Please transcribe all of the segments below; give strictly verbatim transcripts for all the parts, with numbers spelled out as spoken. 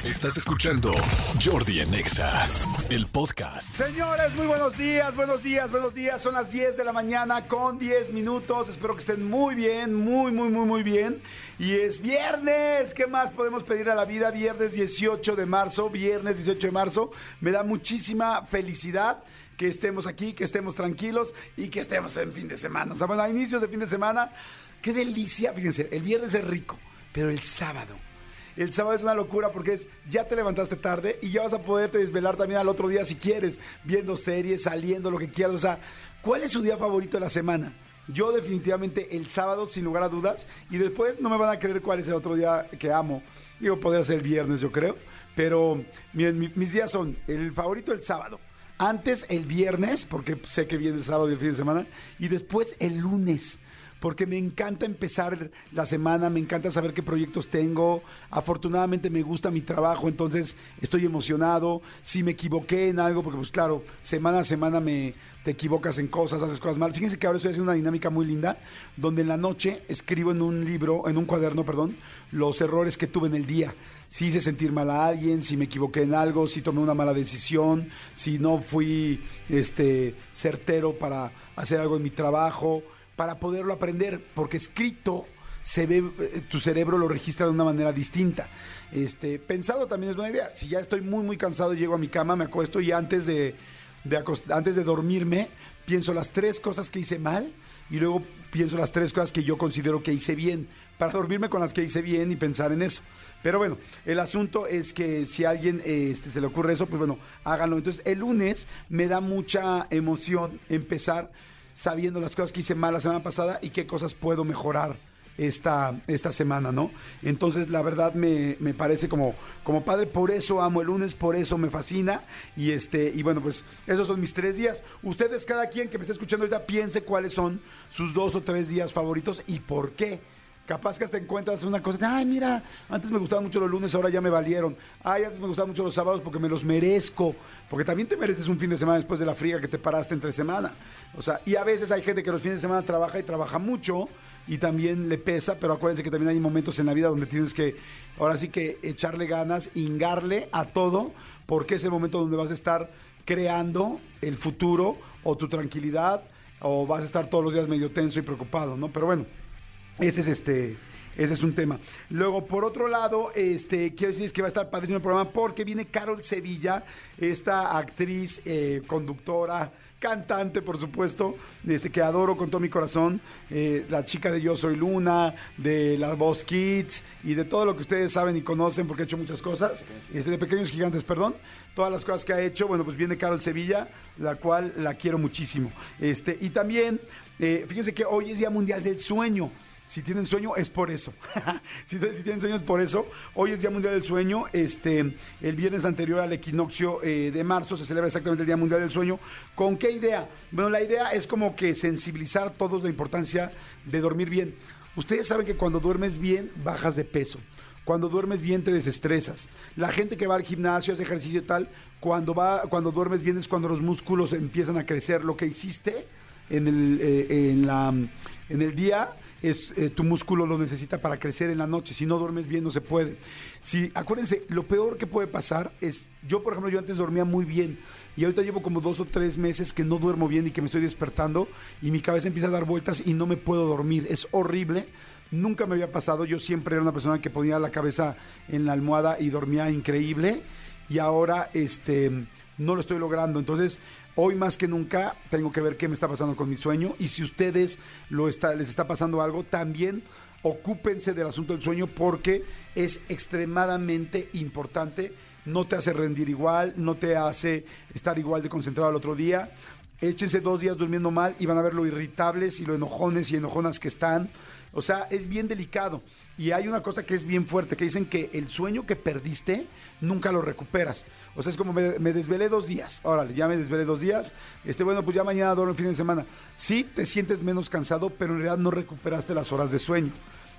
Estás escuchando Jordi en Exa, el podcast. Señores, muy buenos días, buenos días, buenos días. Son las diez de la mañana con diez minutos. Espero que estén muy bien, muy, muy, muy, muy bien. Y es viernes. ¿Qué más podemos pedir a la vida? Viernes dieciocho de marzo, viernes dieciocho de marzo. Me da muchísima felicidad que estemos aquí, que estemos tranquilos y que estemos en fin de semana. O sea, bueno, a inicios de fin de semana, qué delicia. Fíjense, el viernes es rico, pero el sábado... El sábado es una locura porque es, ya te levantaste tarde y ya vas a poderte desvelar también al otro día si quieres, viendo series, saliendo, lo que quieras. O sea, ¿cuál es su día favorito de la semana? Yo definitivamente el sábado, sin lugar a dudas, y después no me van a creer cuál es el otro día que amo. Digo, podría ser el viernes, yo creo, pero miren, mi, mis días son el favorito el sábado, antes el viernes, porque sé que viene el sábado y el fin de semana, y después el lunes. Porque me encanta empezar la semana, me encanta saber qué proyectos tengo. Afortunadamente me gusta mi trabajo, entonces estoy emocionado. Si me equivoqué en algo, porque pues claro, semana a semana me te equivocas en cosas, haces cosas mal. Fíjense que ahora estoy haciendo una dinámica muy linda, donde en la noche escribo en un libro, en un cuaderno, perdón, los errores que tuve en el día. Si hice sentir mal a alguien, si me equivoqué en algo, si tomé una mala decisión, si no fui este, certero para hacer algo en mi trabajo, para poderlo aprender, porque escrito se ve, tu cerebro lo registra de una manera distinta. Este, pensado también es buena idea. Si ya estoy muy, muy cansado, llego a mi cama, me acuesto y antes de, de acost- antes de dormirme, pienso las tres cosas que hice mal y luego pienso las tres cosas que yo considero que hice bien, para dormirme con las que hice bien y pensar en eso. Pero bueno, el asunto es que si a alguien este, se le ocurre eso, pues bueno, háganlo. Entonces, el lunes me da mucha emoción empezar sabiendo las cosas que hice mal la semana pasada y qué cosas puedo mejorar esta, esta semana, ¿no? Entonces, la verdad me, me parece como, como padre, por eso amo el lunes, por eso me fascina, y este, y bueno, pues esos son mis tres días. Ustedes, cada quien que me esté escuchando ahorita, piense cuáles son sus dos o tres días favoritos y por qué. Capaz que hasta encuentras una cosa, ay, mira, antes me gustaban mucho los lunes, ahora ya me valieron. Ay, antes me gustaban mucho los sábados porque me los merezco. Porque también te mereces un fin de semana después de la friega que te paraste entre semana. O sea, y a veces hay gente que los fines de semana trabaja y trabaja mucho y también le pesa, pero acuérdense que también hay momentos en la vida donde tienes que, ahora sí que echarle ganas, hingarle a todo, porque es el momento donde vas a estar creando el futuro o tu tranquilidad, o vas a estar todos los días medio tenso y preocupado, ¿no? Pero bueno, ese es este, ese es un tema. Luego, por otro lado, este, quiero decirles que va a estar padrísimo el programa porque viene Carol Sevilla, esta actriz, eh, conductora, cantante, por supuesto, este, que adoro con todo mi corazón, eh, la chica de Yo Soy Luna, de La Voz Kids y de todo lo que ustedes saben y conocen porque ha hecho muchas cosas, este, de Pequeños Gigantes, perdón, todas las cosas que ha hecho. Bueno, pues viene Carol Sevilla, la cual la quiero muchísimo. Este, y también, eh, fíjense que hoy es Día Mundial del Sueño. Si tienen sueño, es por eso. si, si tienen sueño, es por eso. Hoy es Día Mundial del Sueño. Este, el viernes anterior al equinoccio eh, de marzo se celebra exactamente el Día Mundial del Sueño. ¿Con qué idea? Bueno, la idea es como que sensibilizar todos la importancia de dormir bien. Ustedes saben que cuando duermes bien, bajas de peso. Cuando duermes bien te desestresas. La gente que va al gimnasio, hace ejercicio y tal, cuando, va, cuando duermes bien es cuando los músculos empiezan a crecer. Lo que hiciste en el, eh, en la, en el día... Es, eh, tu músculo lo necesita para crecer en la noche. Si no duermes bien no se puede. Si, acuérdense, lo peor que puede pasar es, yo por ejemplo, yo antes dormía muy bien y ahorita llevo como dos o tres meses que no duermo bien y que me estoy despertando y mi cabeza empieza a dar vueltas y no me puedo dormir. Es horrible. Nunca me había pasado. Yo siempre era una persona que ponía la cabeza en la almohada y dormía increíble y ahora este, no lo estoy logrando. Entonces, hoy más que nunca tengo que ver qué me está pasando con mi sueño y si ustedes lo está, les está pasando algo, también ocúpense del asunto del sueño porque es extremadamente importante. No te hace rendir igual, no te hace estar igual de concentrado al otro día. Échense dos días durmiendo mal y van a ver lo irritables y lo enojones y enojonas que están. O sea, es bien delicado. Y hay una cosa que es bien fuerte, que dicen que el sueño que perdiste nunca lo recuperas. O sea, es como me, me desvelé dos días. Órale, ya me desvelé dos días. Este, bueno, pues ya mañana duermo el fin de semana. Sí, te sientes menos cansado, pero en realidad no recuperaste las horas de sueño.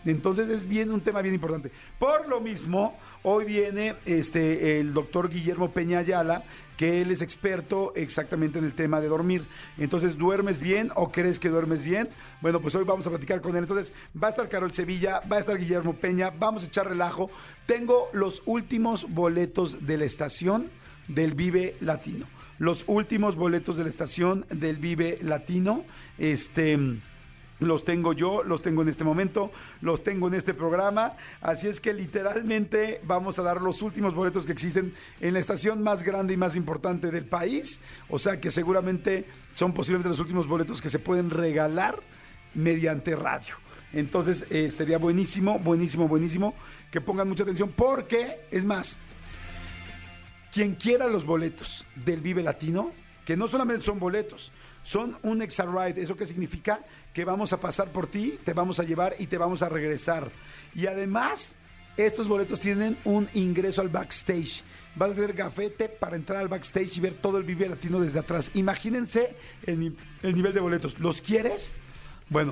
Entonces es bien un tema bien importante. Por lo mismo, hoy viene este el doctor Guillermo Peña Ayala, que él es experto exactamente en el tema de dormir. Entonces, ¿duermes bien o crees que duermes bien? Bueno, pues hoy vamos a platicar con él. Entonces, va a estar Carol Sevilla, va a estar Guillermo Peña, vamos a echar relajo. Tengo los últimos boletos de la estación del Vive Latino. Los últimos boletos de la estación del Vive Latino. Este... Los tengo yo, los tengo en este momento, los tengo en este programa, así es que literalmente vamos a dar los últimos boletos que existen en la estación más grande y más importante del país, o sea que seguramente son posiblemente los últimos boletos que se pueden regalar mediante radio. Entonces eh, sería buenísimo, buenísimo, buenísimo que pongan mucha atención porque, es más, quien quiera los boletos del Vive Latino, que no solamente son boletos, son un extra ride. ¿Eso qué significa? Que vamos a pasar por ti, te vamos a llevar y te vamos a regresar. Y además, estos boletos tienen un ingreso al backstage. Vas a tener gafete para entrar al backstage y ver todo el Vive Latino desde atrás. Imagínense el, el nivel de boletos. ¿Los quieres? Bueno,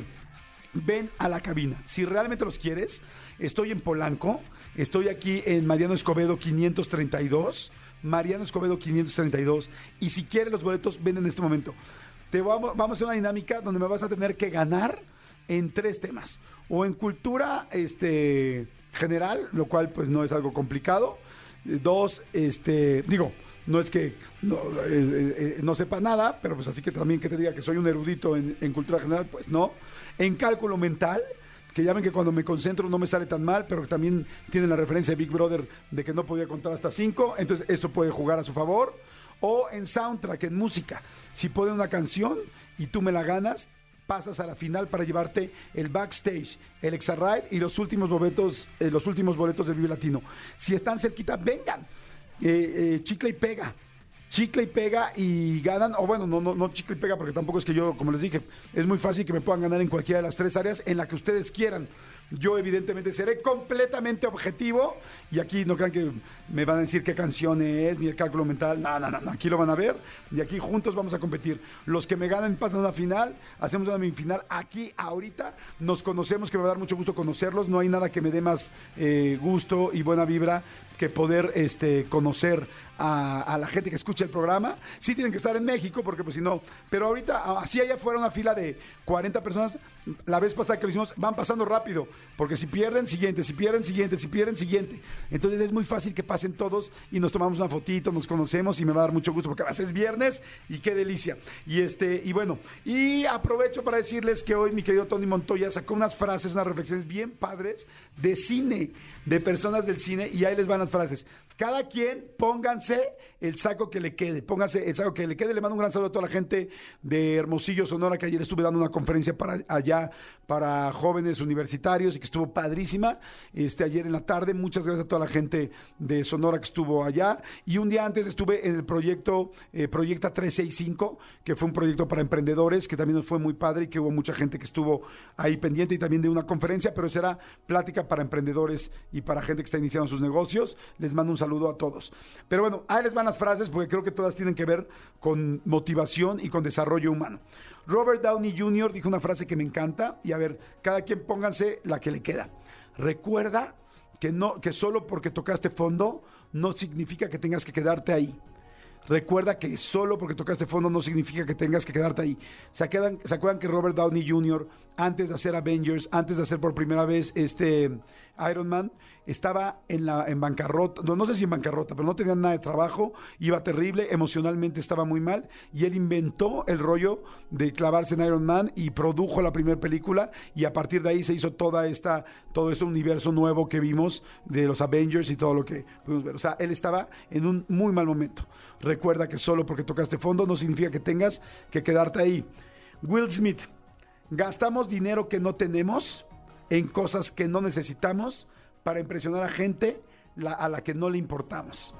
ven a la cabina. Si realmente los quieres, estoy en Polanco, estoy aquí en Mariano Escobedo quinientos treinta y dos. Mariano Escobedo quinientos treinta y dos. Y si quieres los boletos, ven en este momento. Te vamos, vamos a hacer una dinámica donde me vas a tener que ganar en tres temas. O en cultura este, general, lo cual pues no es algo complicado. Dos, este, digo, no es que no, eh, eh, no sepa nada, pero pues así que también que te diga que soy un erudito en, en cultura general, pues no. En cálculo mental, que ya ven que cuando me concentro no me sale tan mal, pero que también tienen la referencia de Big Brother de que no podía contar hasta cinco, entonces eso puede jugar a su favor. O en soundtrack, en música, si ponen una canción y tú me la ganas, pasas a la final para llevarte el backstage, el extra ride y los últimos boletos, eh, los últimos boletos del Vive Latino. Si están cerquita, vengan, eh, eh, chicle y pega. Chicle y pega y ganan, o bueno, no, no, no chicle y pega porque tampoco es que yo, como les dije, es muy fácil que me puedan ganar en cualquiera de las tres áreas en la que ustedes quieran. Yo evidentemente seré completamente objetivo y aquí no crean que me van a decir qué canción es ni el cálculo mental, no, no, no, aquí lo van a ver y aquí juntos vamos a competir. Los que me ganan pasan a una final, hacemos una semifinal aquí ahorita, nos conocemos, que me va a dar mucho gusto conocerlos, no hay nada que me dé más eh, gusto y buena vibra que poder este, conocer a, a la gente que escucha el programa. Sí tienen que estar en México porque pues si no, pero ahorita así allá fuera una fila de cuarenta personas, la vez pasada que lo hicimos van pasando rápido, porque si pierden, siguiente, si pierden, siguiente, si pierden, siguiente. Entonces es muy fácil que pasen todos y nos tomamos una fotito, nos conocemos y me va a dar mucho gusto porque además es viernes y qué delicia. Y este, y bueno, y aprovecho para decirles que hoy mi querido Tony Montoya sacó unas frases, unas reflexiones bien padres de cine, de personas del cine, y ahí les van las frases. Cada quien pónganse el saco que le quede, pónganse el saco que le quede. Le mando un gran saludo a toda la gente de Hermosillo, Sonora, que ayer estuve dando una conferencia para allá, para jóvenes universitarios y que estuvo padrísima, este, ayer en la tarde. Muchas gracias a toda la gente de Sonora que estuvo allá. Y un día antes estuve en el proyecto eh, Proyecta trescientos sesenta y cinco, que fue un proyecto para emprendedores, que también nos fue muy padre y que hubo mucha gente que estuvo ahí pendiente, y también de una conferencia, pero será plática para emprendedores y para gente que está iniciando sus negocios. Les mando un saludo a todos. Pero bueno, ahí les van las frases porque creo que todas tienen que ver con motivación y con desarrollo humano. Robert Downey junior dijo una frase que me encanta, y a ver, cada quien pónganse la que le queda. Recuerda que, no, que solo porque tocaste fondo no significa que tengas que quedarte ahí. Recuerda que solo porque tocaste fondo no significa que tengas que quedarte ahí. ¿Se acuerdan, ¿se acuerdan que Robert Downey junior, antes de hacer Avengers, antes de hacer por primera vez este Iron Man, estaba en, la, en bancarrota, no, no sé si en bancarrota, pero no tenía nada de trabajo, iba terrible, emocionalmente estaba muy mal, y él inventó el rollo de clavarse en Iron Man y produjo la primera película, y a partir de ahí se hizo toda esta, todo este universo nuevo que vimos de los Avengers y todo lo que pudimos ver. O sea, él estaba en un muy mal momento. Recuerda que solo porque tocaste fondo no significa que tengas que quedarte ahí. Will Smith: gastamos dinero que no tenemos en cosas que no necesitamos para impresionar a gente la, a la que no le importamos.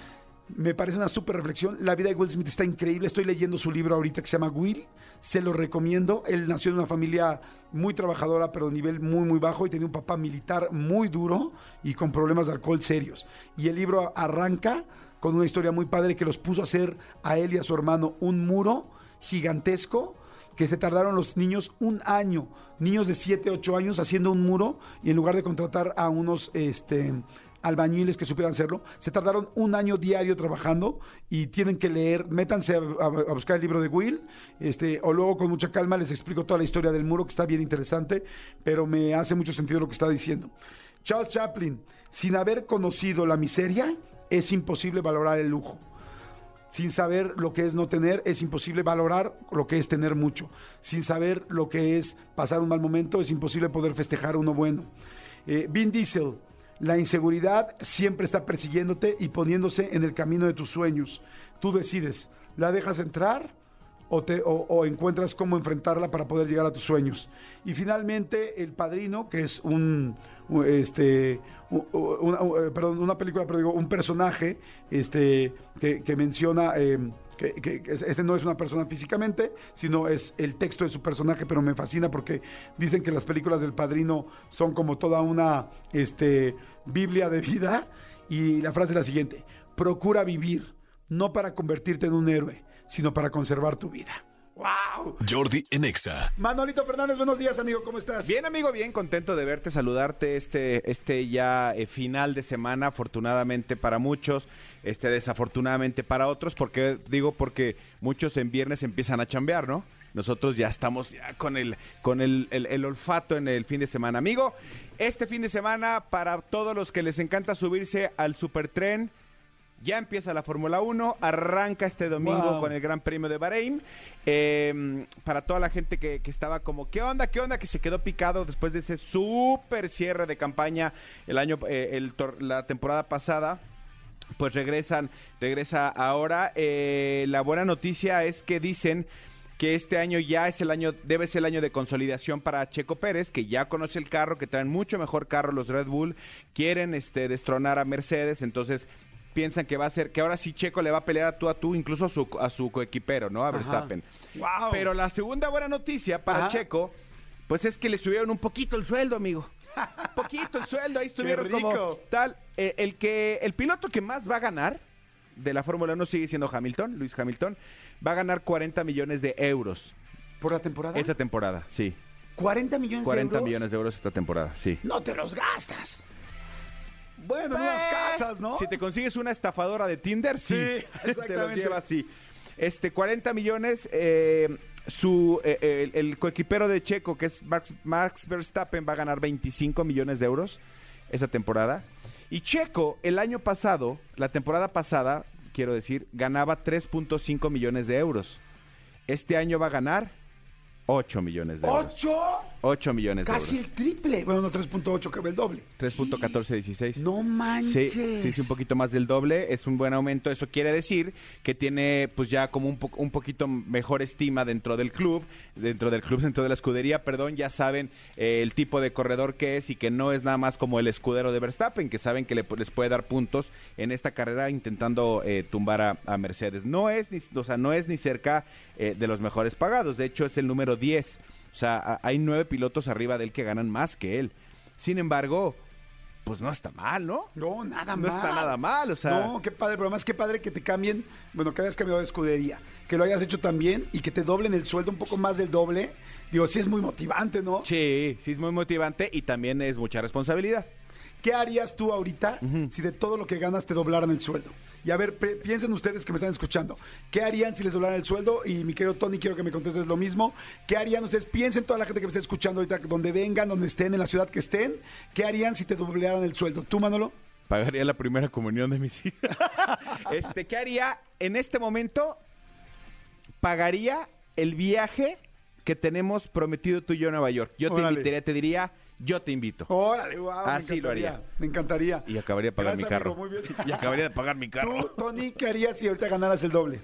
Me parece una súper reflexión. La vida de Will Smith está increíble. Estoy leyendo su libro ahorita que se llama Will. Se lo recomiendo. Él nació en una familia muy trabajadora, pero de nivel muy, muy bajo, y tenía un papá militar muy duro y con problemas de alcohol serios. Y el libro arranca con una historia muy padre que los puso a hacer a él y a su hermano un muro gigantesco que se tardaron los niños un año, niños de siete, ocho años haciendo un muro y en lugar de contratar a unos este, albañiles que supieran hacerlo, se tardaron un año diario trabajando y tienen que leer, métanse a, a, a buscar el libro de Will, este, o luego con mucha calma les explico toda la historia del muro que está bien interesante, pero me hace mucho sentido lo que está diciendo. Charles Chaplin, sin haber conocido la miseria, es imposible valorar el lujo. Sin saber lo que es no tener, es imposible valorar lo que es tener mucho. Sin saber lo que es pasar un mal momento, es imposible poder festejar uno bueno. Eh, Vin Diesel, la inseguridad siempre está persiguiéndote y poniéndose en el camino de tus sueños. Tú decides, ¿la dejas entrar o, te, o, o encuentras cómo enfrentarla para poder llegar a tus sueños? Y finalmente, El Padrino, que es un... este una, una, perdón, una película, pero digo, un personaje este, que, que menciona eh, que, que este no es una persona físicamente, sino es el texto de su personaje, pero me fascina porque dicen que las películas del Padrino son como toda una este, Biblia de vida, y la frase es la siguiente: procura vivir, no para convertirte en un héroe, sino para conservar tu vida. ¡Wow! Jordi en Exa. Manolito Fernández, buenos días, amigo, ¿cómo estás? Bien, amigo, bien contento de verte, saludarte este, este ya eh, final de semana, afortunadamente para muchos, este desafortunadamente para otros, porque digo porque muchos en viernes empiezan a chambear, ¿no? Nosotros ya estamos ya con el con el, el, el olfato en el fin de semana. Amigo, este fin de semana para todos los que les encanta subirse al supertren, ya empieza la Fórmula uno, arranca este domingo wow. con el Gran Premio de Bahrein. Eh, para toda la gente que, que estaba como, ¿qué onda? ¿Qué onda? Que se quedó picado después de ese súper cierre de campaña el año, eh, el tor- la temporada pasada. Pues regresan, regresa ahora. Eh, la buena noticia es que dicen que este año ya es el año, debe ser el año de consolidación para Checo Pérez, que ya conoce el carro, que traen mucho mejor carro los Red Bull, quieren este, destronar a Mercedes, entonces piensan que va a ser, que ahora sí Checo le va a pelear a tú a tú, incluso a su, a su coequipero, ¿no? A Verstappen. Wow. Pero la segunda buena noticia para Ajá. Checo, pues es que le subieron un poquito el sueldo, amigo. Un poquito el sueldo, ahí estuvieron como tal. Eh, el que, el piloto que más va a ganar de la Fórmula uno sigue siendo Hamilton, Lewis Hamilton, va a ganar cuarenta millones de euros. ¿Por la temporada? Esta temporada, sí. ¿cuarenta millones de euros? cuarenta millones de euros esta temporada, sí. No te los gastas. Bueno, en unas casas, ¿no? Si te consigues una estafadora de Tinder, sí, sí exactamente. Te los llevas, sí. Este, cuarenta millones, eh, su, eh, el, el coequipero de Checo, que es Max, Max Verstappen, va a ganar veinticinco millones de euros esta temporada. Y Checo, el año pasado, la temporada pasada, quiero decir, ganaba tres punto cinco millones de euros. Este año va a ganar ocho millones de euros. ¿ocho? ocho millones de euros. Casi el triple. Bueno, no, tres punto ocho, que ve el doble. tres punto catorce dieciséis. No manches. Sí, sí, sí, un poquito más del doble. Es un buen aumento. Eso quiere decir que tiene pues ya como un, po- un poquito mejor estima dentro del club, dentro del club, dentro de la escudería, perdón. Ya saben eh, el tipo de corredor que es y que no es nada más como el escudero de Verstappen, que saben que le, les puede dar puntos en esta carrera intentando eh, tumbar a, a Mercedes. No es ni, o sea, no es ni cerca eh, de los mejores pagados. De hecho, es el número diez. O sea, hay nueve pilotos arriba de él que ganan más que él. Sin embargo, pues no está mal, ¿no? No, nada no mal. No está nada mal, o sea... No, qué padre, pero además qué padre que te cambien, bueno, que hayas cambiado de escudería, que lo hayas hecho también y que te doblen el sueldo un poco más del doble. Digo, sí es muy motivante, ¿no? Sí, sí es muy motivante y también es mucha responsabilidad. ¿Qué harías tú ahorita uh-huh. si de todo lo que ganas te doblaran el sueldo? Y a ver, pre- piensen ustedes que me están escuchando. ¿Qué harían si les doblaran el sueldo? Y mi querido Tony, quiero que me contestes lo mismo. ¿Qué harían ustedes? Piensen toda la gente que me está escuchando ahorita, donde vengan, donde estén, en la ciudad que estén. ¿Qué harían si te doblaran el sueldo? ¿Tú, Manolo? Pagaría la primera comunión de mis hijas. este, ¿qué haría? En este momento, pagaría el viaje que tenemos prometido tú y yo a Nueva York. Yo Órale. te invitaría, te diría... Yo te invito. Órale, wow. Así lo haría. Me encantaría. Y acabaría de pagar Gracias, mi carro. amigo, muy bien. Y acabaría de pagar mi carro. Tú, Tony, ¿qué harías si ahorita ganaras el doble?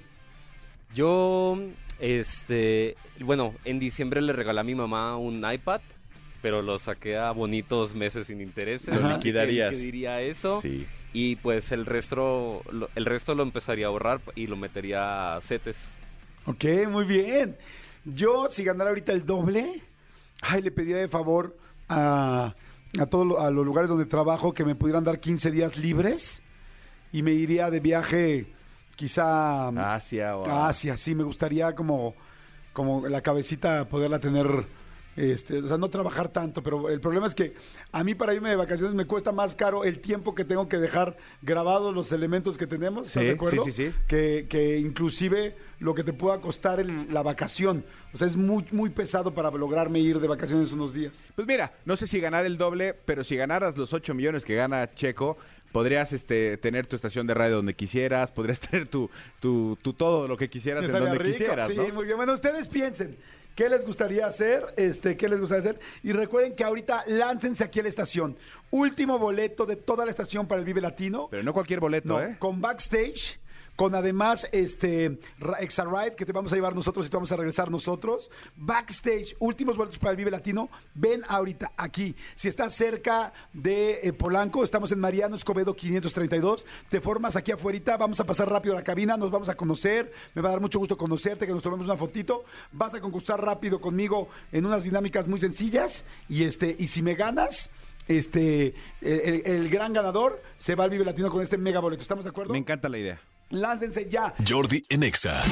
Yo, este, bueno, en diciembre le regalé a mi mamá un iPad, pero lo saqué a bonitos meses sin intereses. Lo así liquidarías. Que, que diría eso. Sí. Y pues el resto, lo, el resto lo empezaría a ahorrar y lo metería a CETES. Ok, muy bien. Yo, si ganara ahorita el doble, ay, le pediría de favor a, a todos lo- a los lugares donde trabajo que me pudieran dar quince días libres y me iría de viaje quizá Asia o a Asia. Sí, me gustaría como como la cabecita, poderla tener, este, o sea, no trabajar tanto, pero el problema es que a mí para irme de vacaciones me cuesta más caro el tiempo que tengo que dejar grabados los elementos que tenemos, ¿estás Sí, de acuerdo? sí, sí, sí. Que, que inclusive lo que te pueda costar el- la vacación. O sea, es muy, muy pesado para lograrme ir de vacaciones unos días. Pues mira, no sé si ganar el doble, pero si ganaras los ocho millones que gana Checo, podrías este, tener tu estación de radio donde quisieras, podrías tener tu, tu, tu todo lo que quisieras en Estaría donde rico, quisieras, sí, ¿no? muy bien. Bueno, ustedes piensen. ¿Qué les gustaría hacer? Este, ¿Qué les gustaría hacer? Y recuerden que ahorita láncense aquí a la estación. Último boleto de toda la estación para el Vive Latino. Pero no cualquier boleto, No, ¿eh? con backstage, con además este Ra- Exa Ride que te vamos a llevar nosotros y te vamos a regresar nosotros. Backstage, últimos boletos para el Vive Latino. Ven ahorita aquí. Si estás cerca de eh, Polanco, estamos en Mariano Escobedo quinientos treinta y dos. Te formas aquí afuera, vamos a pasar rápido a la cabina, nos vamos a conocer. Me va a dar mucho gusto conocerte, que nos tomemos una fotito. Vas a concursar rápido conmigo en unas dinámicas muy sencillas y este y si me ganas, este el, el gran ganador se va al Vive Latino con este mega boleto. ¿Estamos de acuerdo? Me encanta la idea. Láncense ya. Jordi en Exa.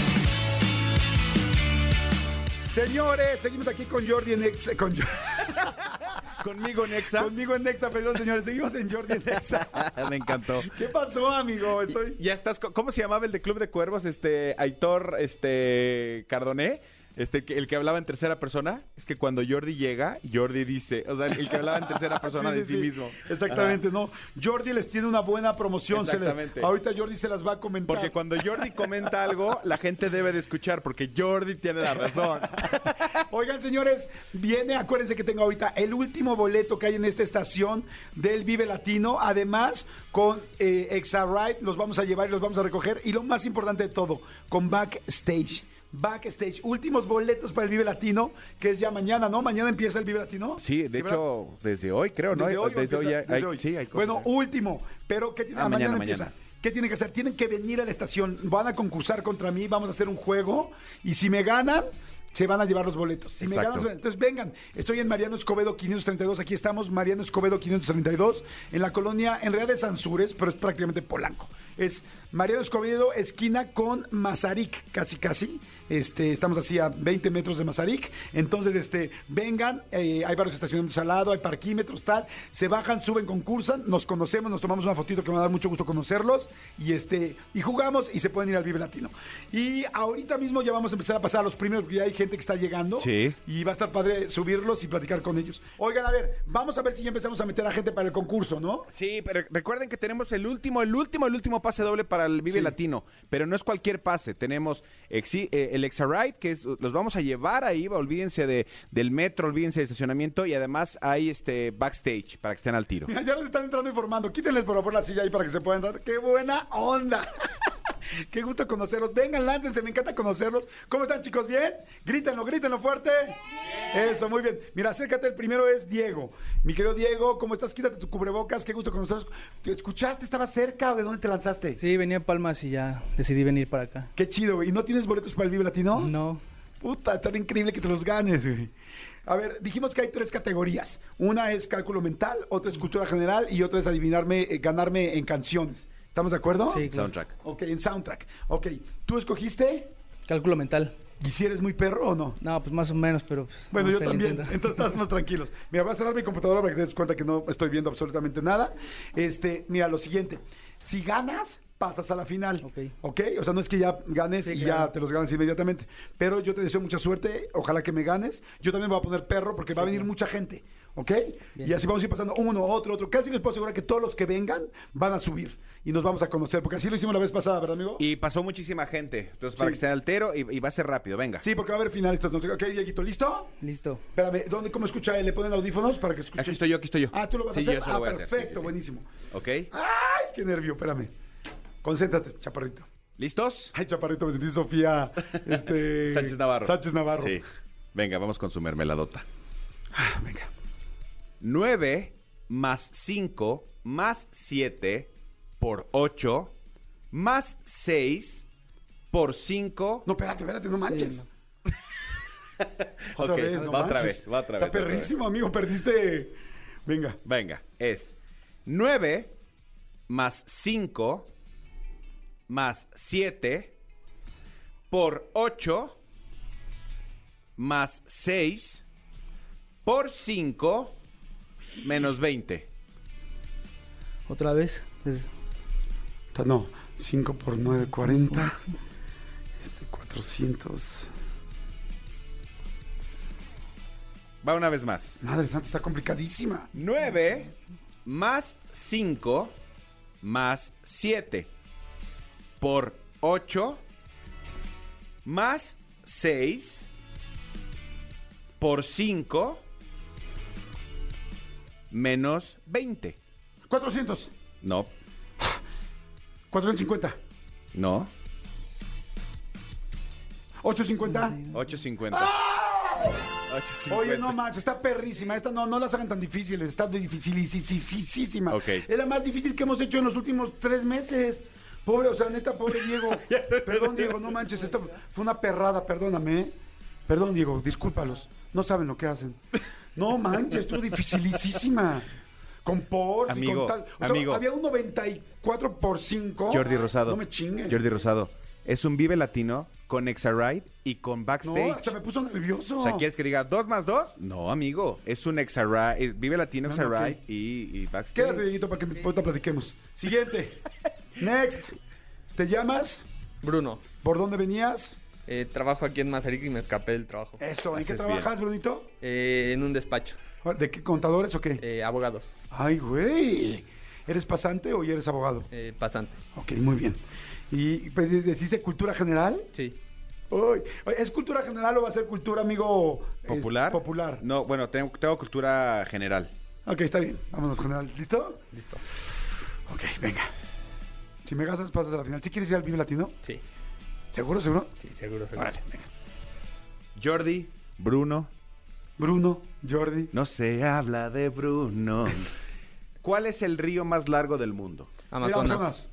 Señores, seguimos aquí con Jordi en Exa. Con, Conmigo, Nexa. conmigo en Nexa, perdón, señores. Seguimos en Jordi en Exa. Me encantó. ¿Qué pasó, amigo? Estoy... Ya estás, co- ¿cómo se llamaba el de Club de Cuervos? Este, Aitor, este, Cardoné. Este, que- el que hablaba en tercera persona. Es que cuando Jordi llega, Jordi dice, o sea, el que hablaba en tercera persona Sí, de sí, sí, sí. mismo. Exactamente, no. Jordi les tiene una buena promoción. Se le- Exactamente. ahorita Jordi se las va a comentar. Porque cuando Jordi comenta algo, la gente debe de escuchar, porque Jordi tiene la razón. Oigan, señores, viene, acuérdense que tengo ahorita el último boleto que hay en esta estación del Vive Latino. Además, con eh, Exa Ride los vamos a llevar y los vamos a recoger. Y lo más importante de todo, con Backstage. Backstage, últimos boletos para el Vive Latino, que es ya mañana, ¿no? Mañana empieza el Vive Latino. Sí, de ¿verdad? hecho, desde hoy creo, ¿no? Desde hoy, o empieza- ya desde hay- hoy. sí, hay cosas. Bueno, último, pero ¿qué tiene? Ah, ah, mañana, mañana, empieza. mañana. ¿Qué tienen que hacer? Tienen que venir a la estación, van a concursar contra mí, vamos a hacer un juego y si me ganan, se van a llevar los boletos. Si me Exacto. ganan, se van- entonces vengan. Estoy en Mariano Escobedo quinientos treinta y dos, aquí estamos, Mariano Escobedo quinientos treinta y dos, en la colonia, en realidad es Sansures, pero es prácticamente Polanco. Es Mariano Escobedo, esquina con Mazarik, casi casi. Este, estamos así a veinte metros de Mazarik. Entonces, este, vengan, eh, hay varios estacionamientos al lado, hay parquímetros, tal. Se bajan, suben, concursan, nos conocemos, nos tomamos una fotito que me va a dar mucho gusto conocerlos. Y este, y jugamos y se pueden ir al Vive Latino. Y ahorita mismo ya vamos a empezar a pasar a los primeros, porque ya hay gente que está llegando. Sí. Y va a estar padre subirlos y platicar con ellos. Oigan, a ver, vamos a ver si ya empezamos a meter a gente para el concurso, ¿no? Sí, pero recuerden que tenemos el último, el último, el último pase doble para el Vive Sí. Latino, pero no es cualquier pase. Tenemos exi- eh, el Exa Ride, que es, los vamos a llevar ahí, olvídense de, del metro, olvídense del estacionamiento y además hay este backstage para que estén al tiro. Mira, ya nos están entrando informando. Quítenles por favor la silla ahí para que se puedan dar. ¡Qué buena onda! ¡Qué gusto conocerlos! Vengan, láncense, me encanta conocerlos. ¿Cómo están, chicos? ¿Bien? Grítenlo, grítenlo fuerte. Eso, muy bien. Mira, acércate, el primero es Diego. Mi querido Diego, ¿cómo estás? Quítate tu cubrebocas, qué gusto conocerlos. ¿Te escuchaste? ¿Estabas cerca o de dónde te lanzaste? Sí, venía a Palmas y ya decidí venir para acá. Qué chido, güey. ¿Y no tienes boletos para el Vive Latino? No. Puta, tan increíble que te los ganes, güey. A ver, dijimos que hay tres categorías. Una es cálculo mental, otra es cultura general y otra es adivinarme, eh, ganarme en canciones. ¿Estamos de acuerdo? Sí, claro. Soundtrack. Ok, en soundtrack. Ok, ¿tú escogiste? Cálculo mental. ¿Y si eres muy perro o no? No, pues más o menos, pero pues, Bueno, vamos yo a también. intentar. Entonces estás más tranquilos. Mira, voy a cerrar mi computadora para que te des cuenta que no estoy viendo absolutamente nada. Este, mira, lo siguiente. Si ganas, pasas a la final. Ok. ¿Ok? O sea, no es que ya ganes Sí, y claro. ya te los ganes inmediatamente. Pero yo te deseo mucha suerte. Ojalá que me ganes. Yo también me voy a poner perro porque va a venir claro. mucha gente. ¿Ok? Bien. Y así vamos a ir pasando uno, otro, otro. Casi les puedo asegurar que todos los que vengan van a subir. Y nos vamos a conocer. Porque así lo hicimos la vez pasada, ¿verdad, amigo? Y pasó muchísima gente, entonces para Sí. que estén altero y, y va a ser rápido, venga. Sí, porque va a haber finales. Entonces, ok, Dieguito, ¿listo? Listo. Espérame, ¿dónde, cómo escucha él? ¿Le ponen audífonos para que escuche? Aquí estoy yo, aquí estoy yo. Ah, ¿tú lo vas Sí, a hacer? yo eso lo Ah, voy a hacer, sí, perfecto, sí, sí. buenísimo. Ok, ¡Ay, qué nervio! Espérame. Concéntrate, chaparrito. ¿listos? Ay, chaparrito, me sentí Sofía este... Sánchez Navarro. Sánchez Navarro. Sí. Venga, vamos con su mermeladota. Ah, venga. nueve más cinco más siete por ocho más seis por cinco. No, espérate, espérate, no manches. no. Otra Ok, vez, no va otra manches. vez, va otra vez, Está otra perrísimo, amigo, perdiste... Venga. Venga, es nueve más cinco más siete por ocho más seis por cinco menos veinte. Otra vez. Es- No, cinco por nueve, cuarenta. Este, cuatrocientos. Va una vez más. Madre santa, está complicadísima. nueve más cinco más siete por ocho más seis por cinco menos veinte. cuatrocientos. No, cuatrocientos cincuenta. no. ochocientos cincuenta. ochocientos cincuenta. ochocientos cincuenta. Oye, no manches, está perrísima. Esta no, no las hagan tan difíciles. Está dificilísima. Ok. Es la más difícil que hemos hecho en los últimos tres meses. Pobre, o sea, neta, pobre Diego. Perdón, Diego, no manches. Esta fue una perrada, perdóname. ¿eh? Perdón, Diego, discúlpalos. No saben lo que hacen. No manches, estuvo dificilísima. Con por y Amigo, con tal. O sea, amigo. había un noventa y cuatro por cinco. Jordi Rosado. No me chingue. Jordi Rosado. Es un Vive Latino con Exaride y con Backstage. No, hasta me puso nervioso. O sea, ¿quieres que diga dos más dos? No, amigo. Es un Exaride, Vive Latino, Bueno, Exaride ok. y, y Backstage. Quédate, Dieguito, para que ahorita platiquemos. Siguiente. Next. ¿Te llamas? Bruno, ¿Por dónde venías? eh, trabajo aquí en Mazarik y me escapé del trabajo. Eso, ¿en qué Haces trabajas, Brunito? Eh, en un despacho, ¿De qué contadores o qué? eh, abogados, Ay, güey. ¿Eres pasante o ya eres abogado? eh, pasante. Ok, muy bien. ¿Y pues, decís de cultura general? Sí, Uy, ¿es cultura general o va a ser cultura, amigo? es, ¿Popular? popular. No, bueno, tengo, tengo cultura general. Ok, está bien. Vámonos, general. ¿Listo? listo. Ok, venga. Si me gastas, pasas a la final. ¿Sí quieres ir al Vive Latino? Sí, ¿Seguro, seguro? sí, seguro, seguro. Órale, venga. Jordi, Bruno. Bruno, Jordi. No se habla de Bruno. ¿Cuál es el río más largo del mundo? Mira, Amazonas.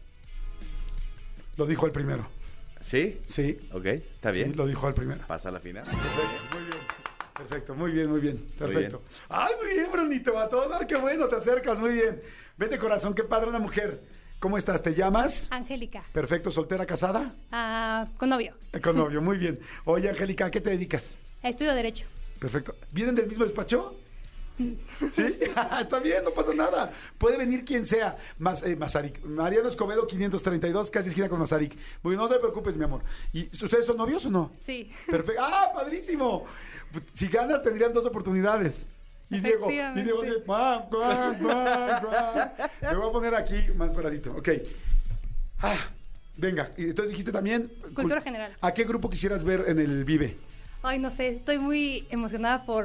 Lo dijo el primero. ¿Sí? Sí. Ok, está bien. Sí, lo dijo el primero. Pasa a la final. Perfecto, muy bien. Perfecto, muy bien, muy bien. Muy Perfecto. Ay, muy bien, Brunito. A todo dar, qué bueno, te acercas, muy bien. Vete, corazón, qué padre una mujer. ¿Cómo estás? ¿Te llamas? Angélica, Perfecto, soltera, casada. ah, con novio. Eh, Con novio, muy bien. Oye, Angélica, ¿a qué te dedicas? Estudio Derecho. Perfecto. ¿Vienen del mismo despacho? ¿Sí? Está bien, no pasa nada. Puede venir quien sea. Mas, eh, Mazarik. Mariano Escobedo, quinientos treinta y dos, casi esquina con Mazarik. Muy bien, no te preocupes, mi amor. ¿Y ustedes son novios o no? Sí. Perfecto. ¡Ah, padrísimo! Si ganas, tendrían dos oportunidades. Y Diego, y Efectivamente. Diego dice, guau, guau, guau, guau. Me voy a poner aquí más paradito. Ok. Ah, venga. Y entonces dijiste también... Cultura cul- general. ¿A qué grupo quisieras ver en el Vive? Ay, no sé, estoy muy emocionada por...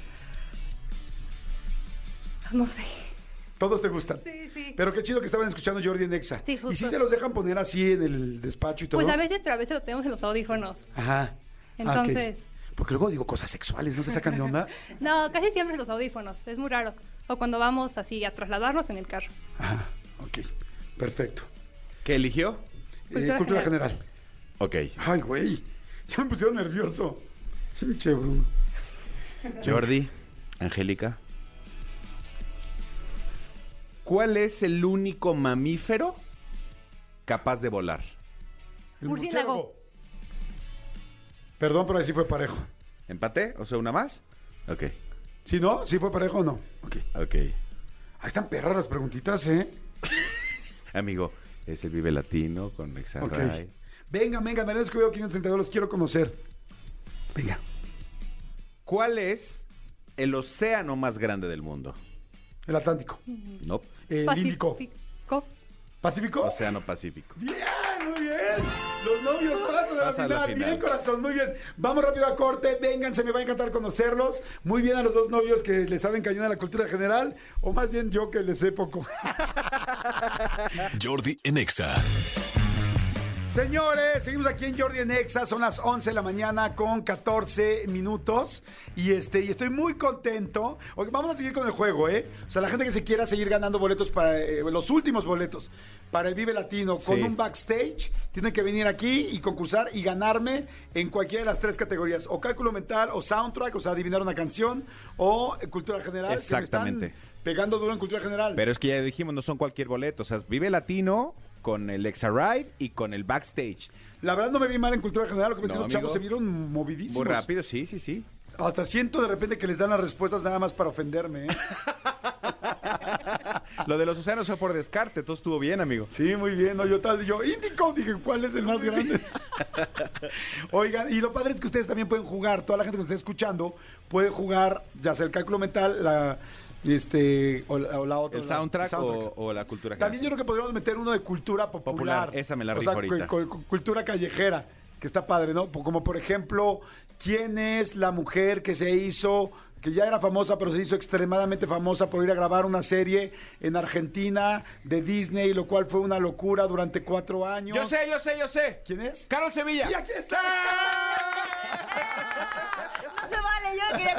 No sé. Todos te gustan. Sí, sí. Pero qué chido que estaban escuchando Jordi en Exa. Sí, justo. Y sí se los dejan poner así en el despacho y todo. Pues a veces, pero a veces lo tenemos en los audífonos. Ajá. Ah, Entonces... ok. Porque luego digo cosas sexuales, ¿no se sacan de onda? No, casi siempre en los audífonos. Es muy raro. O cuando vamos así a trasladarnos en el carro. Ajá. Ok. Perfecto. ¿Qué eligió? Eh, Cultura cultura general. general. Ok. Ay, güey. Ya me pusieron nervioso. Che, Bruno. Jordi, Angélica. ¿Cuál es el único mamífero capaz de volar? El Murciélago. murciélago. Perdón, pero ahí sí fue parejo. ¿Empate? O sea, una más. Ok, ¿Sí, no? ¿Sí fue parejo o no? Ok. ok. Ahí están perras las preguntitas, ¿eh? Amigo, es el Vive Latino con Ok. Exarray. Venga, venga, Mariano Escobedo quinientos treinta y dos, los quiero conocer. Venga. ¿Cuál es el océano más grande del mundo? El Atlántico. No, El Índico. Pacífico. ¿Pacífico? Océano Pacífico. Bien, muy bien. Los novios pasan a la, Pasa a la final. final. Bien, corazón, muy bien. Vamos rápido a corte. Vénganse, me va a encantar conocerlos. Muy bien a los dos novios que le saben cañón a la cultura general. O más bien yo que les sé poco. Jordi en Exa. Señores, seguimos aquí en Jordi en Exa, son las once de la mañana con catorce minutos y este y estoy muy contento. Ok, vamos a seguir con el juego, ¿eh? O sea, la gente que se quiera seguir ganando boletos para eh, los últimos boletos para el Vive Latino con Sí. un backstage, tienen que venir aquí y concursar y ganarme en cualquiera de las tres categorías, o cálculo mental, o soundtrack, o sea, adivinar una canción, o eh, cultura general. Exactamente. Que me están pegando duro en cultura general. Pero es que ya dijimos, no son cualquier boleto. O sea, Vive Latino con el Extra Ride y con el Backstage. La verdad no me vi mal en cultura general, lo que me No, los amigo. chavos se vieron movidísimos. Muy rápido, sí, sí, sí. Hasta siento de repente que les dan las respuestas nada más para ofenderme, ¿eh? Lo de los océanos fue por descarte, todo estuvo bien, amigo. Sí, muy bien, ¿no? Yo tal, yo, Índico, dije, ¿cuál es el más grande? Oigan, y lo padre es que ustedes también pueden jugar, toda la gente que nos esté escuchando puede jugar, ya sea el cálculo mental, la, este, o la, o la otra. ¿El la- soundtrack, el soundtrack. O, o la cultura También yo general? creo que podríamos meter uno de cultura popular. Popular, esa me la O rifo sea, ahorita. cu- cu- cultura callejera, que está padre, ¿no? Como por ejemplo, ¿quién es la mujer que se hizo, que ya era famosa, pero se hizo extremadamente famosa por ir a grabar una serie en Argentina de Disney, lo cual fue una locura durante cuatro años? Yo sé, yo sé, yo sé. ¿Quién es? Carol Sevilla. ¡Y aquí está! No se vale, yo no quería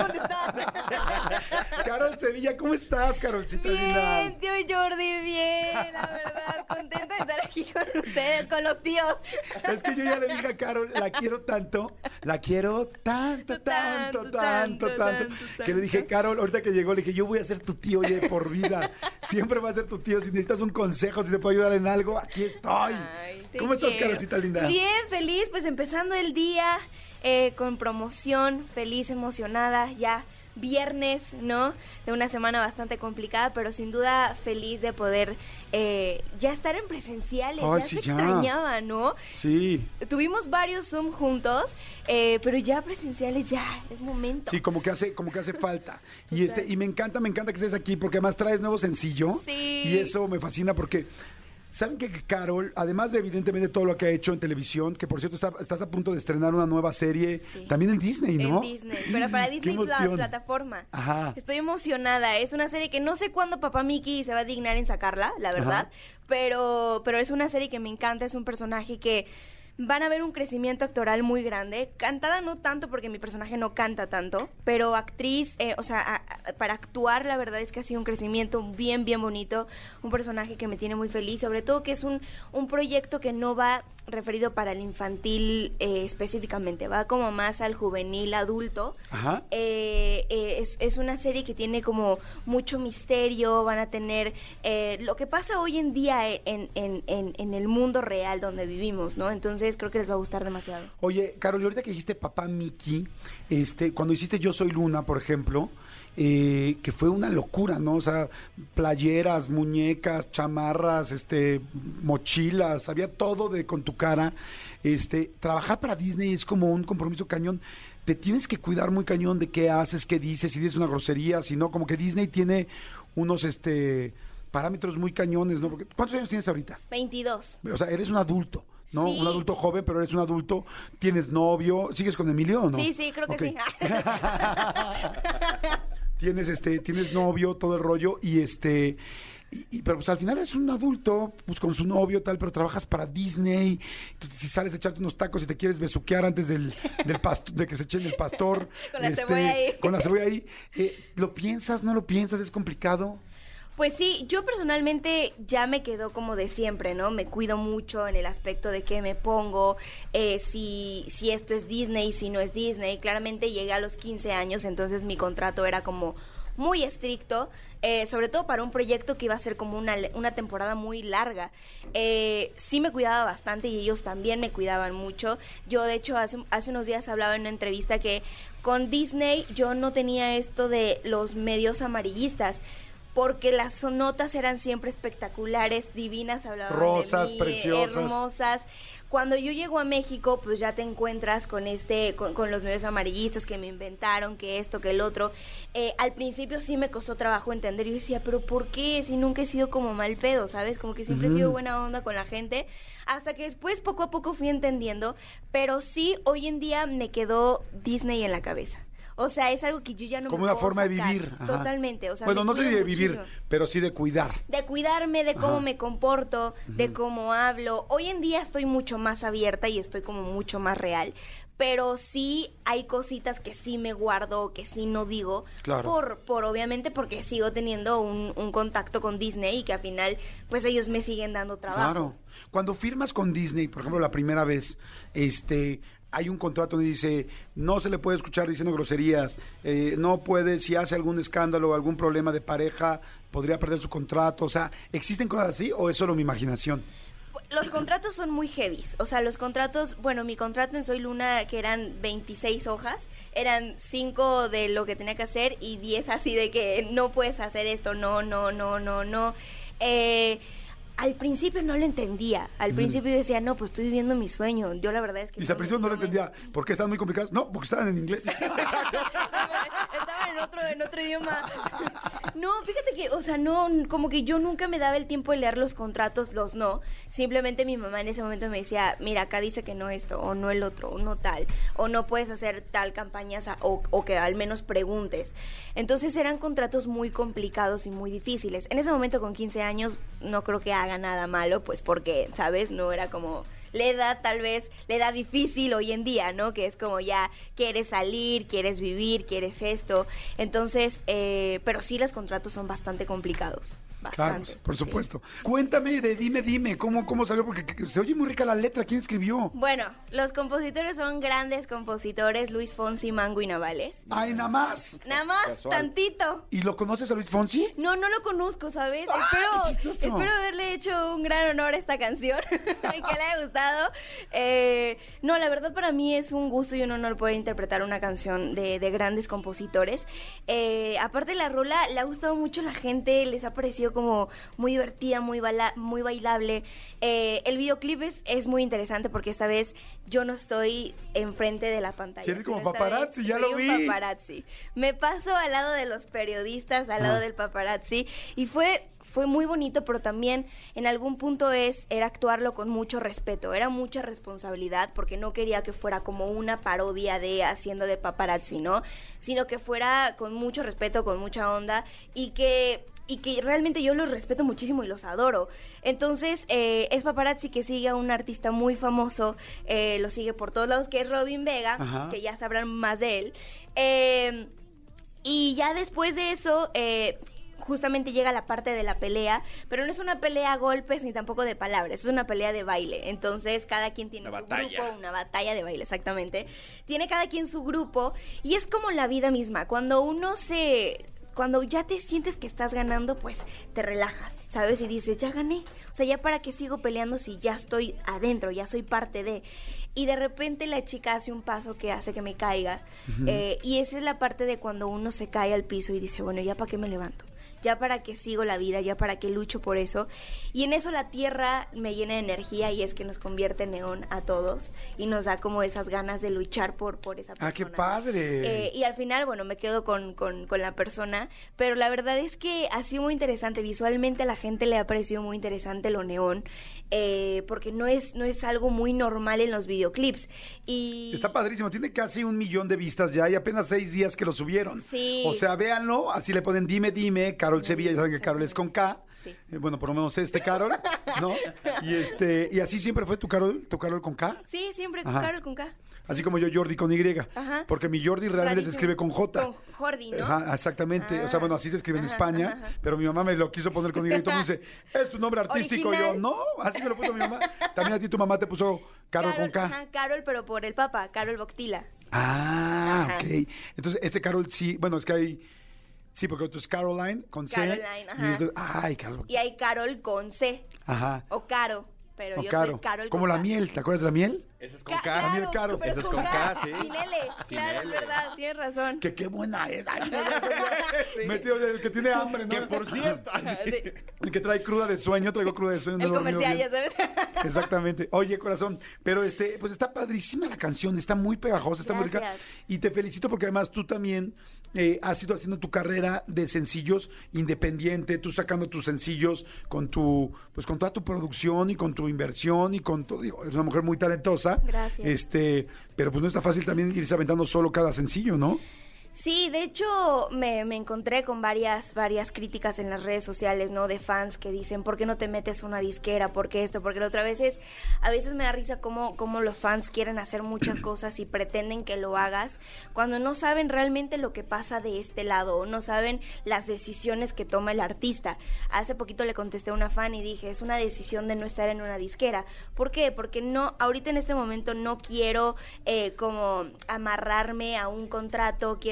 contestar. Carol Sevilla, ¿cómo estás, Carolcita linda? Bien, tío Jordi, bien, la verdad, contenta de estar aquí con ustedes, con los tíos. Es que yo ya le dije a Carol, la quiero tanto, la quiero tanto, tanto, tanto, tanto, tanto, tanto, que le dije, Carol, ahorita que llegó, le dije, yo voy a ser tu tío, oye, por vida. Siempre va a ser tu tío. Si necesitas un consejo, si te puedo ayudar en algo, aquí estoy. Ay, te ¿Cómo estás, quiero. Carolcita linda? Bien, feliz, pues empezando el día eh, con promoción, feliz, emocionada, ya viernes, ¿no? De una semana bastante complicada, pero sin duda feliz de poder eh, ya estar en presenciales. Ay, ya sí, se ya. extrañaba, ¿no? Sí, Tuvimos varios Zoom juntos, eh, pero ya presenciales ya, es momento. sí, como que hace, como que hace falta. Y Total. este, y me encanta, me encanta que estés aquí, porque además traes nuevo sencillo. Sí. Y eso me fascina porque. ¿Saben que Carol, además de evidentemente todo lo que ha hecho en televisión, que por cierto está- estás a punto de estrenar una nueva serie, Sí. también en Disney, ¿no? En Disney, pero para Qué Disney Plus, emoción. plataforma. Ajá. Estoy emocionada, es una serie que no sé cuándo Papá Mickey se va a dignar en sacarla, la verdad, Ajá. pero, pero es una serie que me encanta, es un personaje que van a ver un crecimiento actoral muy grande, cantada no tanto porque mi personaje no canta tanto, pero actriz, eh, o sea, a- a- para actuar la verdad es que ha sido un crecimiento bien, bien bonito, un personaje que me tiene muy feliz, sobre todo que es un, un proyecto que no va referido para el infantil eh, específicamente, va como más al juvenil, adulto. Ajá. Eh, eh, es, es una serie que tiene como mucho misterio, van a tener eh, lo que pasa hoy en día en, en, en, en el mundo real donde vivimos, ¿no? Entonces creo que les va a gustar demasiado. Oye, Carol, y ahorita que dijiste Papá Mickey, este, cuando hiciste Yo Soy Luna, por ejemplo, eh, que fue una locura, ¿no? O sea, playeras, muñecas, chamarras, este, mochilas, había todo de con tu cara. Este, trabajar para Disney es como un compromiso cañón. Te tienes que cuidar muy cañón de qué haces, qué dices, si dices una grosería, si no, como que Disney tiene unos, este, parámetros muy cañones, ¿no? Porque, ¿cuántos años tienes ahorita? veintidós. O sea, eres un adulto, ¿no? Sí. Un adulto joven, pero eres un adulto, tienes novio, ¿sigues con Emilio o no? Sí, sí, creo que Ok. sí. Tienes este, tienes novio, todo el rollo, y este, y, y- pero pues al final eres un adulto, pues con su novio, tal, pero trabajas para Disney, entonces si sales a echarte unos tacos y te quieres besuquear antes del, del pasto- de que se echen el pastor. Con la cebolla ahí. Con la cebolla ahí, eh, ¿lo piensas, no lo piensas? ¿Es complicado? Pues sí, yo personalmente ya me quedo como de siempre, ¿no? Me cuido mucho en el aspecto de qué me pongo, eh, si, si esto es Disney, si no es Disney. Claramente llegué a los quince años, entonces mi contrato era como muy estricto, eh, sobre todo para un proyecto que iba a ser como una, una temporada muy larga. Eh, sí me cuidaba bastante y ellos también me cuidaban mucho. Yo, de hecho, hace, hace unos días hablaba en una entrevista que con Disney yo no tenía esto de los medios amarillistas, porque las notas eran siempre espectaculares, divinas, hablaban Rosas, de mí, preciosas. hermosas. Cuando yo llego a México, pues ya te encuentras con este, con, con los medios amarillistas que me inventaron, que esto, que el otro. Eh, al principio sí me costó trabajo entender. Yo decía, pero ¿por qué? Si nunca he sido como mal pedo, ¿sabes? Como que siempre he sido buena onda con la gente. Hasta que después poco a poco fui entendiendo. Pero sí, hoy en día me quedó Disney en la cabeza. O sea, es algo que yo ya no Como me una puedo forma de sacar. vivir. Ajá. Totalmente. O sea, bueno, me no sé cuido si de vivir, muchísimo. pero sí de cuidar. De cuidarme, de cómo Ajá. me comporto, de cómo hablo. Hoy en día estoy mucho más abierta y estoy como mucho más real. Pero sí hay cositas que sí me guardo, que sí no digo. Claro. Por, por obviamente porque sigo teniendo un, un contacto con Disney y que al final, pues ellos me siguen dando trabajo. Claro. Cuando firmas con Disney, por ejemplo, la primera vez, este, hay un contrato donde dice, no se le puede escuchar diciendo groserías, eh, no puede, si hace algún escándalo o algún problema de pareja, podría perder su contrato. O sea, ¿existen cosas así o es solo mi imaginación? Los contratos son muy heavies, o sea, los contratos, bueno, mi contrato en Soy Luna, que eran veintiséis hojas, eran cinco de lo que tenía que hacer y diez así de que no puedes hacer esto, no, no, no, no, no. Eh, al principio no lo entendía, al principio yo decía, no, pues estoy viviendo mi sueño, yo la verdad es que... Y si al principio no lo me- entendía, ¿por qué están muy complicados? No, porque estaban en inglés. Estaba en otro, en otro idioma. No, fíjate que, o sea, no, como que yo nunca me daba el tiempo de leer los contratos, los no. Simplemente mi mamá en ese momento me decía, mira, acá dice que no esto, o no el otro, o no tal, o no puedes hacer tal campaña, o, o que al menos preguntes. Entonces eran contratos muy complicados y muy difíciles. En ese momento con quince años no creo que haga nada malo, pues porque, ¿sabes? No era como... la edad tal vez, la edad difícil hoy en día, ¿no? Que es como ya quieres salir, quieres vivir, quieres esto. Entonces, eh, pero sí los contratos son bastante complicados. Claro, Bastante. por sí. supuesto. Cuéntame de Dime, Dime, ¿cómo, cómo salió? Porque que- se oye muy rica la letra. ¿Quién escribió? Bueno, los compositores son grandes compositores, Luis Fonsi, Mango y Navales. Ay, nada más. Nada más, Casual. tantito. ¿Y lo conoces a Luis Fonsi? No, no lo conozco, ¿sabes? ¡Ah, espero, qué chistoso! espero haberle hecho un gran honor a esta canción y que le haya gustado. Eh, no, la verdad para mí es un gusto y un honor poder interpretar una canción de, de grandes compositores. Eh, aparte la rola le ha gustado mucho a la gente, les ha parecido como muy divertida, muy, bala- muy bailable. Eh, el videoclip es, es muy interesante porque esta vez yo no estoy enfrente de la pantalla. Sí, eres como sino esta paparazzi, vez ya soy lo un vi. paparazzi. Me paso al lado de los periodistas, al lado Ah. del paparazzi y fue fue muy bonito, pero también en algún punto es era actuarlo con mucho respeto, era mucha responsabilidad porque no quería que fuera como una parodia de haciendo de paparazzi, ¿no? Sino que fuera con mucho respeto, con mucha onda y que y que realmente yo los respeto muchísimo y los adoro. Entonces, eh, es paparazzi que sigue a un artista muy famoso, eh, lo sigue por todos lados, que es Robin Vega, Ajá. que ya sabrán más de él. Eh, y ya después de eso, eh, justamente llega la parte de la pelea, pero no es una pelea a golpes ni tampoco de palabras, es una pelea de baile. Entonces cada quien tiene Una su batalla. grupo, una batalla de baile, exactamente. Tiene cada quien su grupo y es como la vida misma. Cuando uno se... Cuando ya te sientes que estás ganando, pues te relajas, ¿sabes? Y dices, ya gané. O sea, ya para qué sigo peleando si ya estoy adentro, ya soy parte de... Y de repente la chica hace un paso que hace que me caiga. eh, y esa es la parte de cuando uno se cae al piso y dice, bueno, ¿ya para qué me levanto? ¿Ya para qué sigo la vida? ¿Ya para qué lucho por eso? Y en eso la tierra me llena de energía y es que nos convierte en neón a todos y nos da como esas ganas de luchar por, por esa persona. Ah, qué padre. Eh, y al final, bueno, me quedo con, con, con la persona, pero la verdad es que ha sido muy interesante. Visualmente a la gente le ha parecido muy interesante lo neón, eh, porque no es, no es algo muy normal en los videoclips. Y Está padrísimo, tiene casi un millón de vistas ya y apenas seis días que lo subieron. Sí. O sea, véanlo, así le ponen Dime, Dime, Carol Sevilla, ya saben que Carol es con K. Sí. Eh, bueno, por lo menos este Carol, ¿no? Y este, y así siempre fue tu Carol, tu Carol con K. Sí, siempre con Ajá. Carol, con K. Así como yo Jordi con Y. Ajá. Porque mi Jordi realmente se Rarísimo. escribe con J. Con Jordi, ¿no? Ajá, exactamente. O sea, Ah. bueno, así se escribe en Ajá, España, ajá. pero mi mamá me lo quiso poner con Y y todo el mundo dice, ¿es tu nombre artístico? Original. Yo, no, así me lo puso mi mamá. También a ti tu mamá te puso Carol, con K. Ajá, Carol, pero por el Papa, Carol Boctila. Ah, Ajá. ok. Entonces, este Carol sí, bueno, es que hay, sí, porque otro es Caroline con C. Caroline, y ajá. entonces- ay, Carol. Y hay Carol con C, Ajá. o Caro, pero O yo Caro. soy Carol con Como la K. miel, ¿te acuerdas de la miel? Ese es con Ca- K. También Caro. pero Eso es con K, sí. Sin L, Sin claro, es L. verdad, tienes razón. Que qué buena es. Ay, Metido el que tiene hambre, ¿no? Que por cierto. Sí. El que trae cruda de sueño, traigo cruda de sueño. no El he dormido comercial, bien. ya sabes. Exactamente. Oye, corazón, pero este, pues está padrísima la canción, está muy pegajosa, está muy rica. Gracias. Y te felicito porque además tú también eh, has ido haciendo tu carrera de sencillos independiente, tú sacando tus sencillos con tu, pues con toda tu producción y con tu inversión y con todo. Digo, eres una mujer muy talentosa. Gracias. Este, pero pues no está fácil también irse aventando solo cada sencillo, ¿no? Sí, de hecho me, me encontré con varias varias críticas en las redes sociales, ¿no? De fans que dicen, ¿por qué no te metes una disquera? ¿Por qué esto? Porque la otra vez es, a veces me da risa cómo, cómo los fans quieren hacer muchas cosas y pretenden que lo hagas cuando no saben realmente lo que pasa de este lado, o no saben las decisiones que toma el artista. Hace poquito le contesté a una fan y dije, es una decisión de no estar en una disquera. ¿Por qué? Porque no, ahorita en este momento no quiero eh, como amarrarme a un contrato, quiero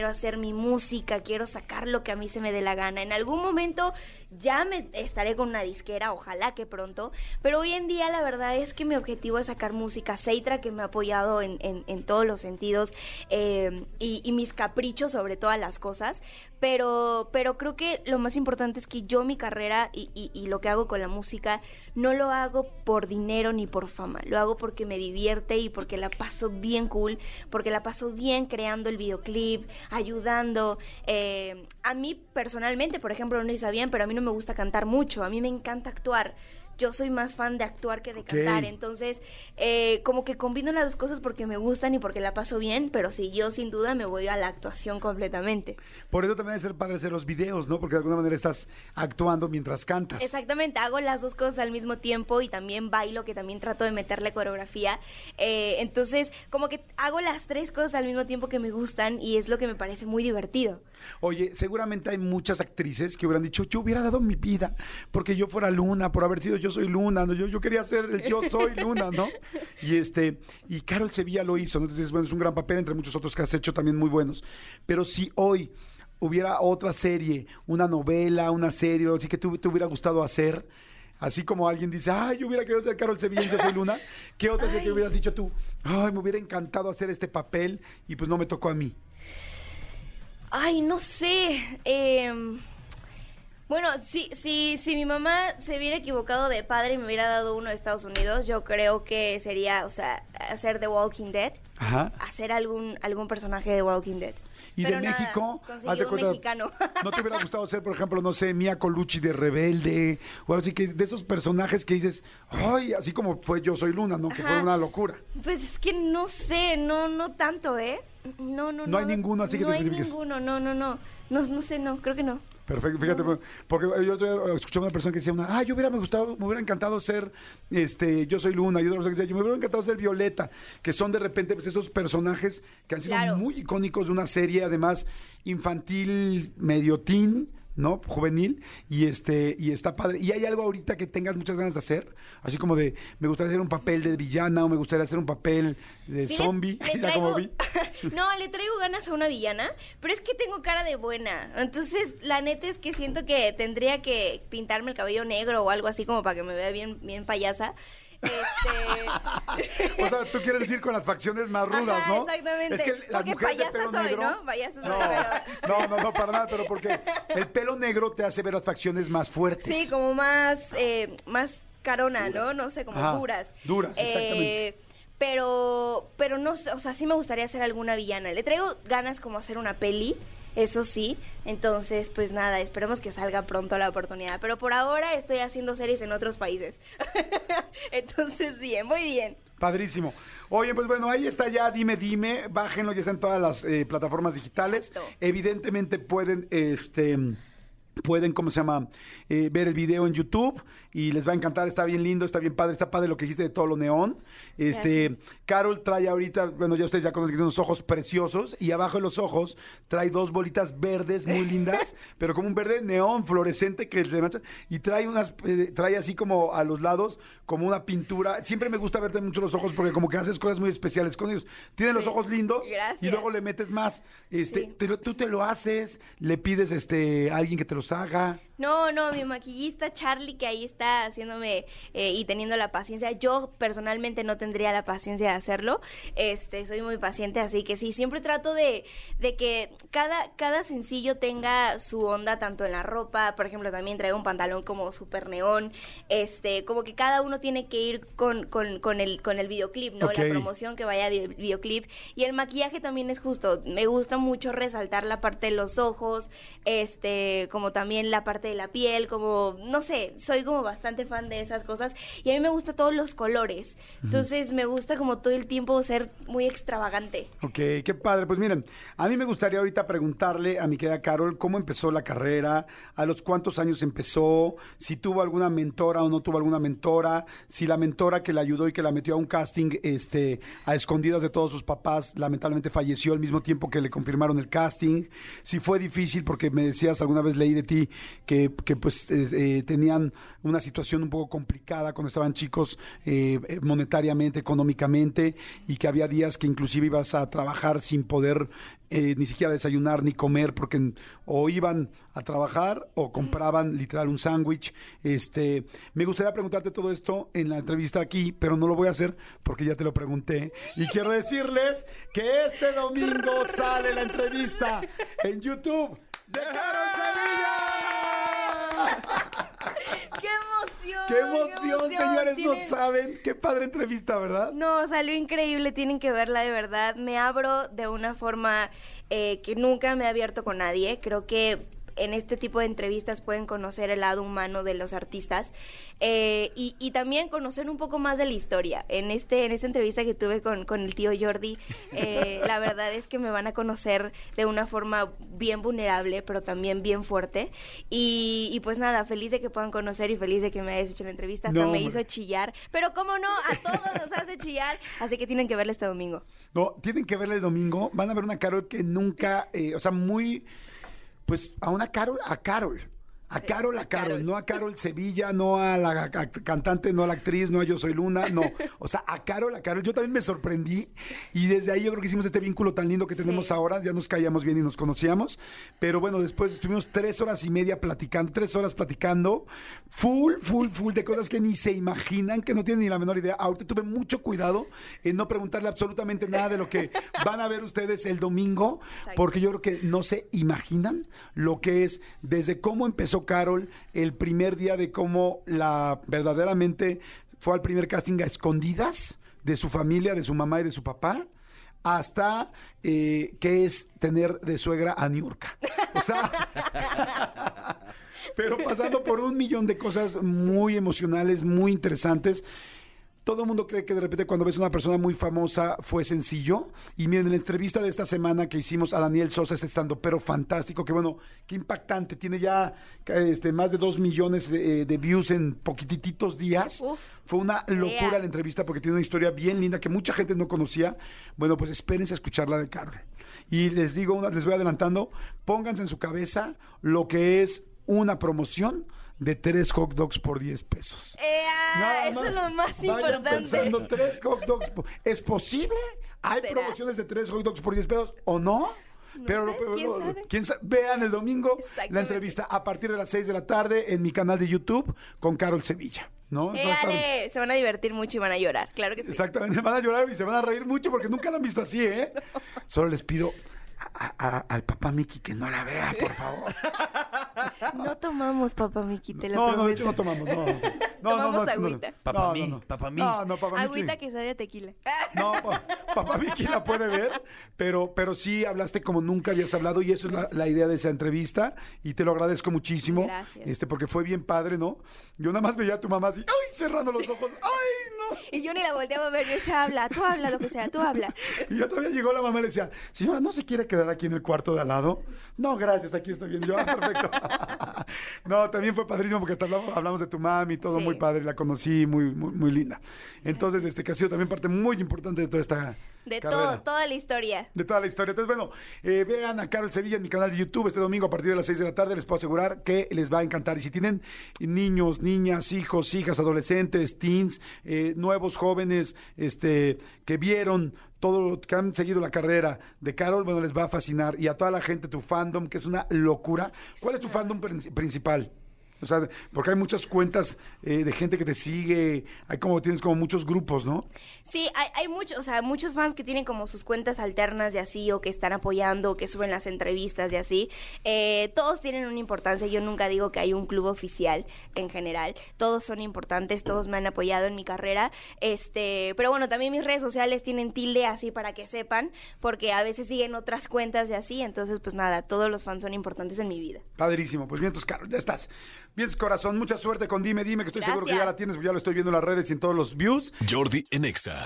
quiero hacer mi música, quiero sacar lo que a mí se me dé la gana. En algún momento ya me estaré con una disquera, ojalá que pronto, pero hoy en día la verdad es que mi objetivo es sacar música. Seitra, que me ha apoyado en, en, en todos los sentidos, eh, y, y mis caprichos sobre todas las cosas, pero, pero creo que lo más importante es que yo mi carrera y, y, y lo que hago con la música no lo hago por dinero ni por fama, lo hago porque me divierte y porque la paso bien cool, porque la paso bien creando el videoclip, ayudando. Eh, a mí personalmente, por ejemplo, no lo sabían, pero a mí no me gusta cantar mucho, a mí me encanta actuar. Yo soy más fan de actuar que de Okay. cantar, entonces eh, como que combino las dos cosas porque me gustan y porque la paso bien, pero sí, yo sin duda me voy a la actuación completamente. Por eso también es ser padre hacer los videos, ¿no? Porque de alguna manera estás actuando mientras cantas. Exactamente, hago las dos cosas al mismo tiempo y también bailo, que también trato de meterle coreografía. Eh, entonces, como que hago las tres cosas al mismo tiempo que me gustan y es lo que me parece muy divertido. Oye, seguramente hay muchas actrices que hubieran dicho, yo hubiera dado mi vida porque yo fuera Luna, por haber sido Yo Soy Luna, ¿no? yo, yo quería ser el Yo Soy Luna, ¿no? Y este, y Carol Sevilla lo hizo, ¿no? Entonces, bueno, es un gran papel entre muchos otros que has hecho también muy buenos. Pero si hoy hubiera otra serie, una novela, una serie, o así que te, te hubiera gustado hacer, así como alguien dice, ay, yo hubiera querido ser Carol Sevilla en Yo Soy Luna, ¿qué otra serie que hubieras dicho tú? Ay, me hubiera encantado hacer este papel y pues no me tocó a mí. Ay, no sé. Eh, bueno, si, si, si mi mamá se hubiera equivocado de padre y me hubiera dado uno de Estados Unidos, yo creo que sería, o sea, hacer The Walking Dead. Ajá. Hacer algún, algún personaje de Walking Dead. Y Pero de nada, México, conseguí haz de un cuenta, mexicano. ¿no te hubiera gustado ser, por ejemplo, no sé, Mia Colucci de Rebelde? O así que de esos personajes que dices, ay, así como fue Yo Soy Luna, ¿no? Que Ajá. fue una locura. Pues es que no sé, no, no tanto, ¿eh? No, no, no. No hay ninguno así que No te hay identifiques. ninguno, no, no, no. No, no sé, no, creo que no. Perfecto, fíjate, porque yo otro día escuché a una persona que decía, una, ah, yo hubiera me gustado, me hubiera encantado ser, este, Yo Soy Luna, y otra persona que decía, yo me hubiera encantado ser Violeta, que son de repente pues, esos personajes que han sido Claro. muy icónicos de una serie, además infantil, medio teen, ¿no? Juvenil, y este, y está padre. ¿Y hay algo ahorita que tengas muchas ganas de hacer? Así como de, me gustaría hacer un papel de villana, o me gustaría hacer un papel de Sí, zombie, le- le ya como traigo- vi. No, le traigo ganas a una villana, pero es que tengo cara de buena. Entonces, la neta es que siento que tendría que pintarme el cabello negro o algo así como para que me vea bien, bien payasa. Este... O sea, tú quieres decir con las facciones más rudas, Ajá, ¿no? exactamente. Es que las Porque mujeres de payasa pelo soy, negro... ¿no? Payasa soy, no, pero- no, no, no, para nada, pero porque el pelo negro te hace ver las facciones más fuertes. Sí, como más, eh, más carona, ¿no? No sé, como Ajá, duras. duras, exactamente. Eh, pero, pero no sé, o sea, sí me gustaría hacer alguna villana. Le traigo ganas como hacer una peli, eso sí. Entonces, pues nada, esperemos que salga pronto la oportunidad. Pero por ahora estoy haciendo series en otros países. Entonces, bien, muy bien. Padrísimo. Oye, pues bueno, ahí está ya, dime, dime, bájenlo, ya está en todas las eh, plataformas digitales. Exacto. Evidentemente pueden, este, pueden, ¿cómo se llama? Eh, ver el video en YouTube y les va a encantar, está bien lindo, está bien padre, está padre lo que dijiste de todo lo neón. Este, Gracias. Carol trae ahorita, bueno, ya ustedes ya conocen que tiene unos ojos preciosos y abajo de los ojos trae dos bolitas verdes muy lindas, pero como un verde neón fluorescente que le mancha y trae unas, eh, trae así como a los lados como una pintura. Siempre me gusta verte mucho los ojos porque como que haces cosas muy especiales con ellos. Tienen los Sí. ojos lindos Gracias. y luego le metes más. Este, Sí. te lo- tú te lo haces, le pides este a alguien que te los haga. No, no, mi maquillista Charlie, que ahí está haciéndome eh, y teniendo la paciencia. Yo personalmente no tendría la paciencia de hacerlo. Este, soy muy paciente, así que sí, siempre trato de, de que cada, cada sencillo tenga su onda, tanto en la ropa. Por ejemplo, también traigo un pantalón como súper neón. Este, como que cada uno tiene que ir con, con, con el, con el videoclip, ¿no? Ok. La promoción que vaya del videoclip. Y el maquillaje también es justo. Me gusta mucho resaltar la parte de los ojos, este, como también la parte de la piel, como, no sé, soy como bastante fan de esas cosas. Y a mí me gustan todos los colores. Entonces me gusta como todo el tiempo ser muy extravagante. Ok, qué padre. Pues miren, a mí me gustaría ahorita preguntarle a mi querida Carol cómo empezó la carrera, a los cuántos años empezó, si tuvo alguna mentora o no tuvo alguna mentora, si la mentora que la ayudó y que la metió a un casting este, a escondidas de todos sus papás, lamentablemente falleció al mismo tiempo que le confirmaron el casting, si fue difícil porque me decías, alguna vez leí de ti que que, que pues eh, eh, tenían una situación un poco complicada cuando estaban chicos eh, eh, monetariamente, económicamente, y que había días que inclusive ibas a trabajar sin poder eh, ni siquiera desayunar ni comer porque o iban a trabajar o compraban literal un sándwich. Este, me gustaría preguntarte todo esto en la entrevista aquí, pero no lo voy a hacer porque ya te lo pregunté. Y quiero decirles que este domingo sale la entrevista en YouTube de Carol Sevilla. ¡Qué emoción! ¡Qué emoción, señores! Tienen- No saben. Qué padre entrevista, ¿verdad? No, salió increíble, tienen que verla de verdad. Me abro de una forma eh, que nunca me he abierto con nadie. Creo que en este tipo de entrevistas pueden conocer el lado humano de los artistas eh, y, y también conocer un poco más de la historia. En este en esta entrevista que tuve con, con el tío Jordi, eh, la verdad es que me van a conocer de una forma bien vulnerable, pero también bien fuerte. Y, y pues nada, feliz de que puedan conocer y feliz de que me hayas hecho la entrevista. Hasta No, me hombre. hizo chillar, pero cómo no, a todos nos hace chillar, así que tienen que verla este domingo. No, tienen que verla el domingo. Van a ver una Carol que nunca, eh, o sea, muy, pues a una Carol, a Carol. A Carol, a Carol, no a Carol Sevilla, no a la a- a cantante, no a la actriz, no a Yo Soy Luna, no. O sea, a Carol, a Carol. Yo también me sorprendí y desde ahí yo creo que hicimos este vínculo tan lindo que tenemos Sí. ahora. Ya nos caíamos bien y nos conocíamos. Pero bueno, después estuvimos tres horas y media platicando, tres horas platicando, full, full, full de cosas que ni se imaginan, que no tienen ni la menor idea. Ahorita tuve mucho cuidado en no preguntarle absolutamente nada de lo que van a ver ustedes el domingo, Exacto. porque yo creo que no se imaginan lo que es desde cómo empezó Carol, el primer día de cómo la verdaderamente fue al primer casting a escondidas de su familia, de su mamá y de su papá, hasta eh, qué es tener de suegra a Niurka. O sea, pero pasando por un millón de cosas muy emocionales, muy interesantes. Todo el mundo cree que de repente cuando ves a una persona muy famosa fue sencillo. Y miren, en la entrevista de esta semana que hicimos a Daniel Sosa, este estandopero fantástico, que bueno, qué impactante. Tiene ya este, más de dos millones de, de views en poquititos días. Uf. Fue una locura Vea. la entrevista porque tiene una historia bien linda que mucha gente no conocía. Bueno, pues espérense a escucharla de Carol. Y les digo, una, les voy adelantando, pónganse en su cabeza lo que es una promoción de tres hot dogs por diez pesos. Eh, ah, Nada eso más es lo más vayan importante. pensando, tres hot dogs. po- ¿Es posible? ¿Hay ¿Será? promociones de tres hot dogs por diez pesos o no? No Pero sé, lo- ¿quién lo- sabe? quién sa- Vean el domingo la Exactamente. entrevista a partir de las seis de la tarde en mi canal de YouTube con Carol Sevilla, ¿no? Eh, Va a estar- ale, se van a divertir mucho y van a llorar, claro que sí. Exactamente, van a llorar y se van a reír mucho porque nunca la han visto así, ¿eh? Solo les pido a- a- al papá Miki que no la vea, por favor. No tomamos, papá Miki, te lo No, no, de prometo. hecho no tomamos, no. No, no, Tomamos no, no, agüita. no, Papá no, mí, no. papá mí. No, no, papá Miki. Agüita que sabe a tequila. No, pa- papá Miki la puede ver, pero, pero sí hablaste como nunca habías hablado y eso es la, la idea de esa entrevista y te lo agradezco muchísimo. Gracias. Este, porque fue bien padre, ¿no? Yo nada más veía a tu mamá así, ¡ay! Cerrando los ojos, ¡ay, no! Y yo ni la volteaba a ver, yo decía, habla, tú habla, lo que sea, tú habla. Y ya todavía llegó la mamá y le decía, señora, ¿no se quiere quedar aquí en el cuarto de al lado? No, gracias, aquí estoy bien. Yo, ah, perfecto. No, también fue padrísimo porque hasta hablamos, hablamos de tu mami, todo Sí. muy padre, la conocí, muy, muy, muy linda. Entonces, este que ha sido también parte muy importante de toda esta De carrera. todo, toda la historia. De toda la historia. Entonces, bueno, eh, vean a Carol Sevilla en mi canal de YouTube este domingo a partir de las seis de la tarde. Les puedo asegurar que les va a encantar. Y si tienen niños, niñas, hijos, hijas, adolescentes, teens, eh, nuevos jóvenes, este, que vieron todo lo que han seguido la carrera de Carol, bueno, les va a fascinar. Y a toda la gente, tu fandom, que es una locura. ¿Cuál es tu fandom prin- principal? O sea, porque hay muchas cuentas eh, de gente que te sigue, hay como, tienes como muchos grupos, ¿no? Sí, hay, hay muchos, o sea, muchos fans que tienen como sus cuentas alternas y así, o que están apoyando, o que suben las entrevistas y así. Eh, todos tienen una importancia. Yo nunca digo que hay un club oficial en general. Todos son importantes, todos me han apoyado en mi carrera. Este, pero bueno, también mis redes sociales tienen tilde así para que sepan, porque a veces siguen otras cuentas y así. Entonces, pues nada, todos los fans son importantes en mi vida. Padrísimo, pues bien, tus Carol, ya estás. Bien, corazón, mucha suerte con Dime, Dime, que estoy seguro que ya Gracias. la tienes, porque ya lo estoy viendo en las redes y en todos los views. Jordi en Exa.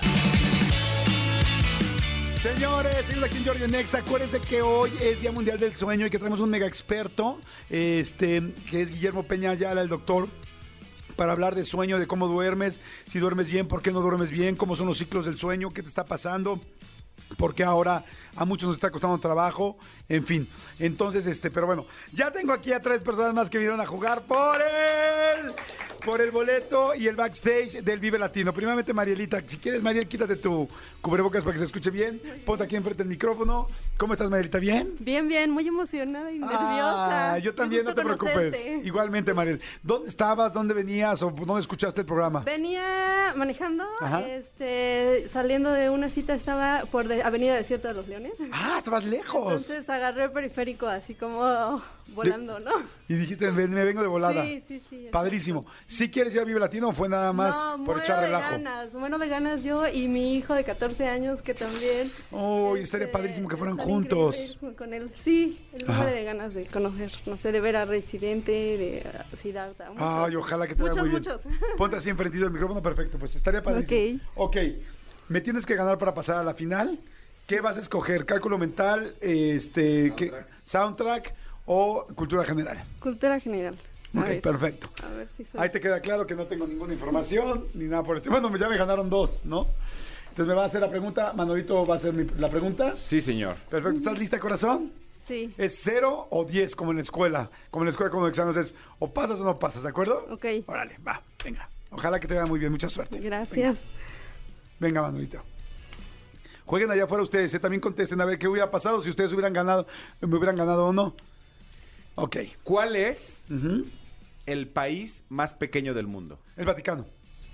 Señores, seguimos aquí en Jordi en Exa. Acuérdense que hoy es Día Mundial del Sueño y que traemos un mega experto, este, que es Guillermo Peña Ayala, el doctor, para hablar de sueño, de cómo duermes, si duermes bien, por qué no duermes bien, cómo son los ciclos del sueño, qué te está pasando. porque ahora a muchos nos está costando trabajo, en fin. Entonces, este, pero bueno, ya tengo aquí a tres personas más que vinieron a jugar por el, por el boleto y el backstage del Vive Latino. Primeramente, Marielita, si quieres, Mariel, quítate tu cubrebocas para que se escuche bien. Ponte aquí enfrente el micrófono. ¿Cómo estás, Marielita? ¿Bien? Bien, bien, muy emocionada y nerviosa. Ah, yo también, Me no te gusta preocupes. conocerte. Igualmente, Mariel. ¿Dónde estabas? ¿Dónde venías? ¿O dónde escuchaste el programa? Venía manejando, Ajá. este, saliendo de una cita, estaba por de- Avenida Desierto de los Leones. Ah, estabas lejos. Entonces agarré el periférico así como oh, volando, ¿no? Y dijiste, me, me vengo de volada. Sí, sí, sí. Padrísimo. ¿Sí quieres ir a Vive Latino o fue nada más no, por muero echar de relajo? ganas, muero de ganas yo y mi hijo de catorce años que también. Oh, y este, estaría padrísimo que fueran tan juntos. increíble ir con él. Sí, el Ajá. muero de ganas de conocer, no sé, de ver a Residente, de uh, Siddhartha. muchos. Ay, ojalá que te vaya Muchos, muy bien. muchos. Ponte así enfrentito del micrófono, perfecto. Pues estaría padrísimo. Ok. Ok. Me tienes que ganar para pasar a la final. ¿Qué vas a escoger? ¿Cálculo mental, este, Soundtrack. ¿qué? Soundtrack o cultura general? Cultura general. A Ok, ver. perfecto. A ver si soy. Ahí te queda claro que no tengo ninguna información ni nada por eso. Bueno, ya me ganaron dos, ¿no? Entonces me va a hacer la pregunta. Manolito va a hacer mi- la pregunta. Sí, señor. Perfecto. ¿Estás lista, corazón? Sí. Es cero o diez, como en la escuela. Como en la escuela, como en exámenes, es o pasas o no pasas, ¿de acuerdo? Ok. Órale, va, venga. Ojalá que te vaya muy bien, mucha suerte. Gracias. Venga, Manolito. Jueguen allá afuera ustedes, ¿eh? También contesten a ver qué hubiera pasado si ustedes hubieran ganado, me hubieran ganado o no. Ok. ¿Cuál es Ujú. el país más pequeño del mundo? El Vaticano.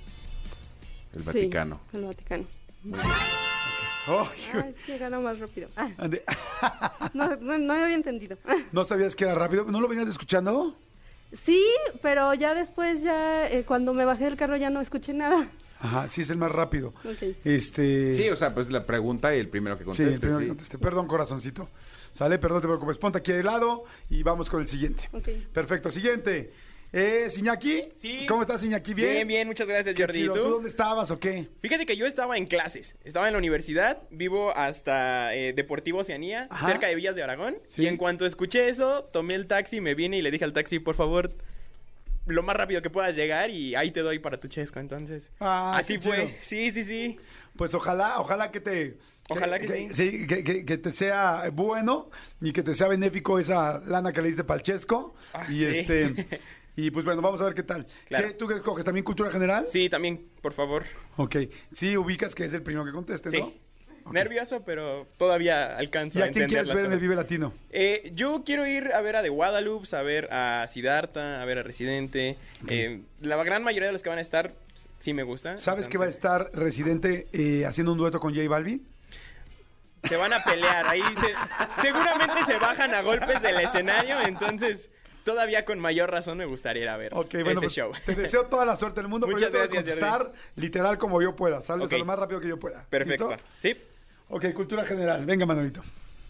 El Sí, Vaticano. el Vaticano. Muy bien. Oh, Ah, es que ganó más rápido. Ah, ande. no, no, no había entendido. ¿No sabías que era rápido? ¿No lo venías escuchando? Sí, pero ya después, ya eh, cuando me bajé del carro ya no escuché nada. Ajá, sí es el más rápido. Ok. Este. Sí, o sea, pues la pregunta y el primero que Sí, conteste. el primero sí. que contesté. Perdón, corazoncito. Sale, perdón, no te preocupes. Ponte aquí de lado y vamos con el siguiente. Ok. Perfecto, siguiente. Eh, Iñaki. Sí. ¿Cómo estás, Iñaki? ¿Bien? Bien, bien, muchas gracias, Qué Jordi. ¿Y chido. tú? ¿Tú dónde estabas o qué? Fíjate que yo estaba en clases. Estaba en la universidad, vivo hasta eh, Deportivo Oceanía, Ajá. cerca de Villas de Aragón. Sí. Y en cuanto escuché eso, tomé el taxi, me vine y le dije al taxi, por favor, lo más rápido que puedas llegar y ahí te doy para tu chesco. Entonces, Ah, así qué fue. chido. Sí, sí, sí. Pues ojalá, ojalá que te... Ojalá que sí. que, que- que te sea bueno y que te sea benéfico esa lana que le diste para el chesco. Ah, y sí. este... Y pues bueno, vamos a ver qué tal. Claro. ¿Qué, ¿Tú qué escoges? ¿También cultura general? Sí, también, por favor. Ok. Sí, ubicas que es el primero que conteste, Sí. ¿no? Ok. Nervioso, pero todavía alcanzo ¿Y a a quién entender quieres las ver en el cosas. Vive Latino? Eh, yo quiero ir a ver a The Guadalupe, a ver a Siddhartha, a ver a Residente. Eh, la gran mayoría de los que van a estar, sí me gusta. ¿Sabes que va a Entonces, estar Residente eh, haciendo un dueto con J Balvin? se van a pelear. Ahí se- seguramente se bajan a golpes del escenario, entonces todavía con mayor razón me gustaría ir a ver Ok, bueno, ese pues, show. te deseo toda la suerte del mundo, Muchas pero yo te voy a gracias, contestar literal como yo pueda. Salves Ok. a lo más rápido que yo pueda. Perfecto. ¿Listo? Sí. Ok, cultura general. Venga, Manolito.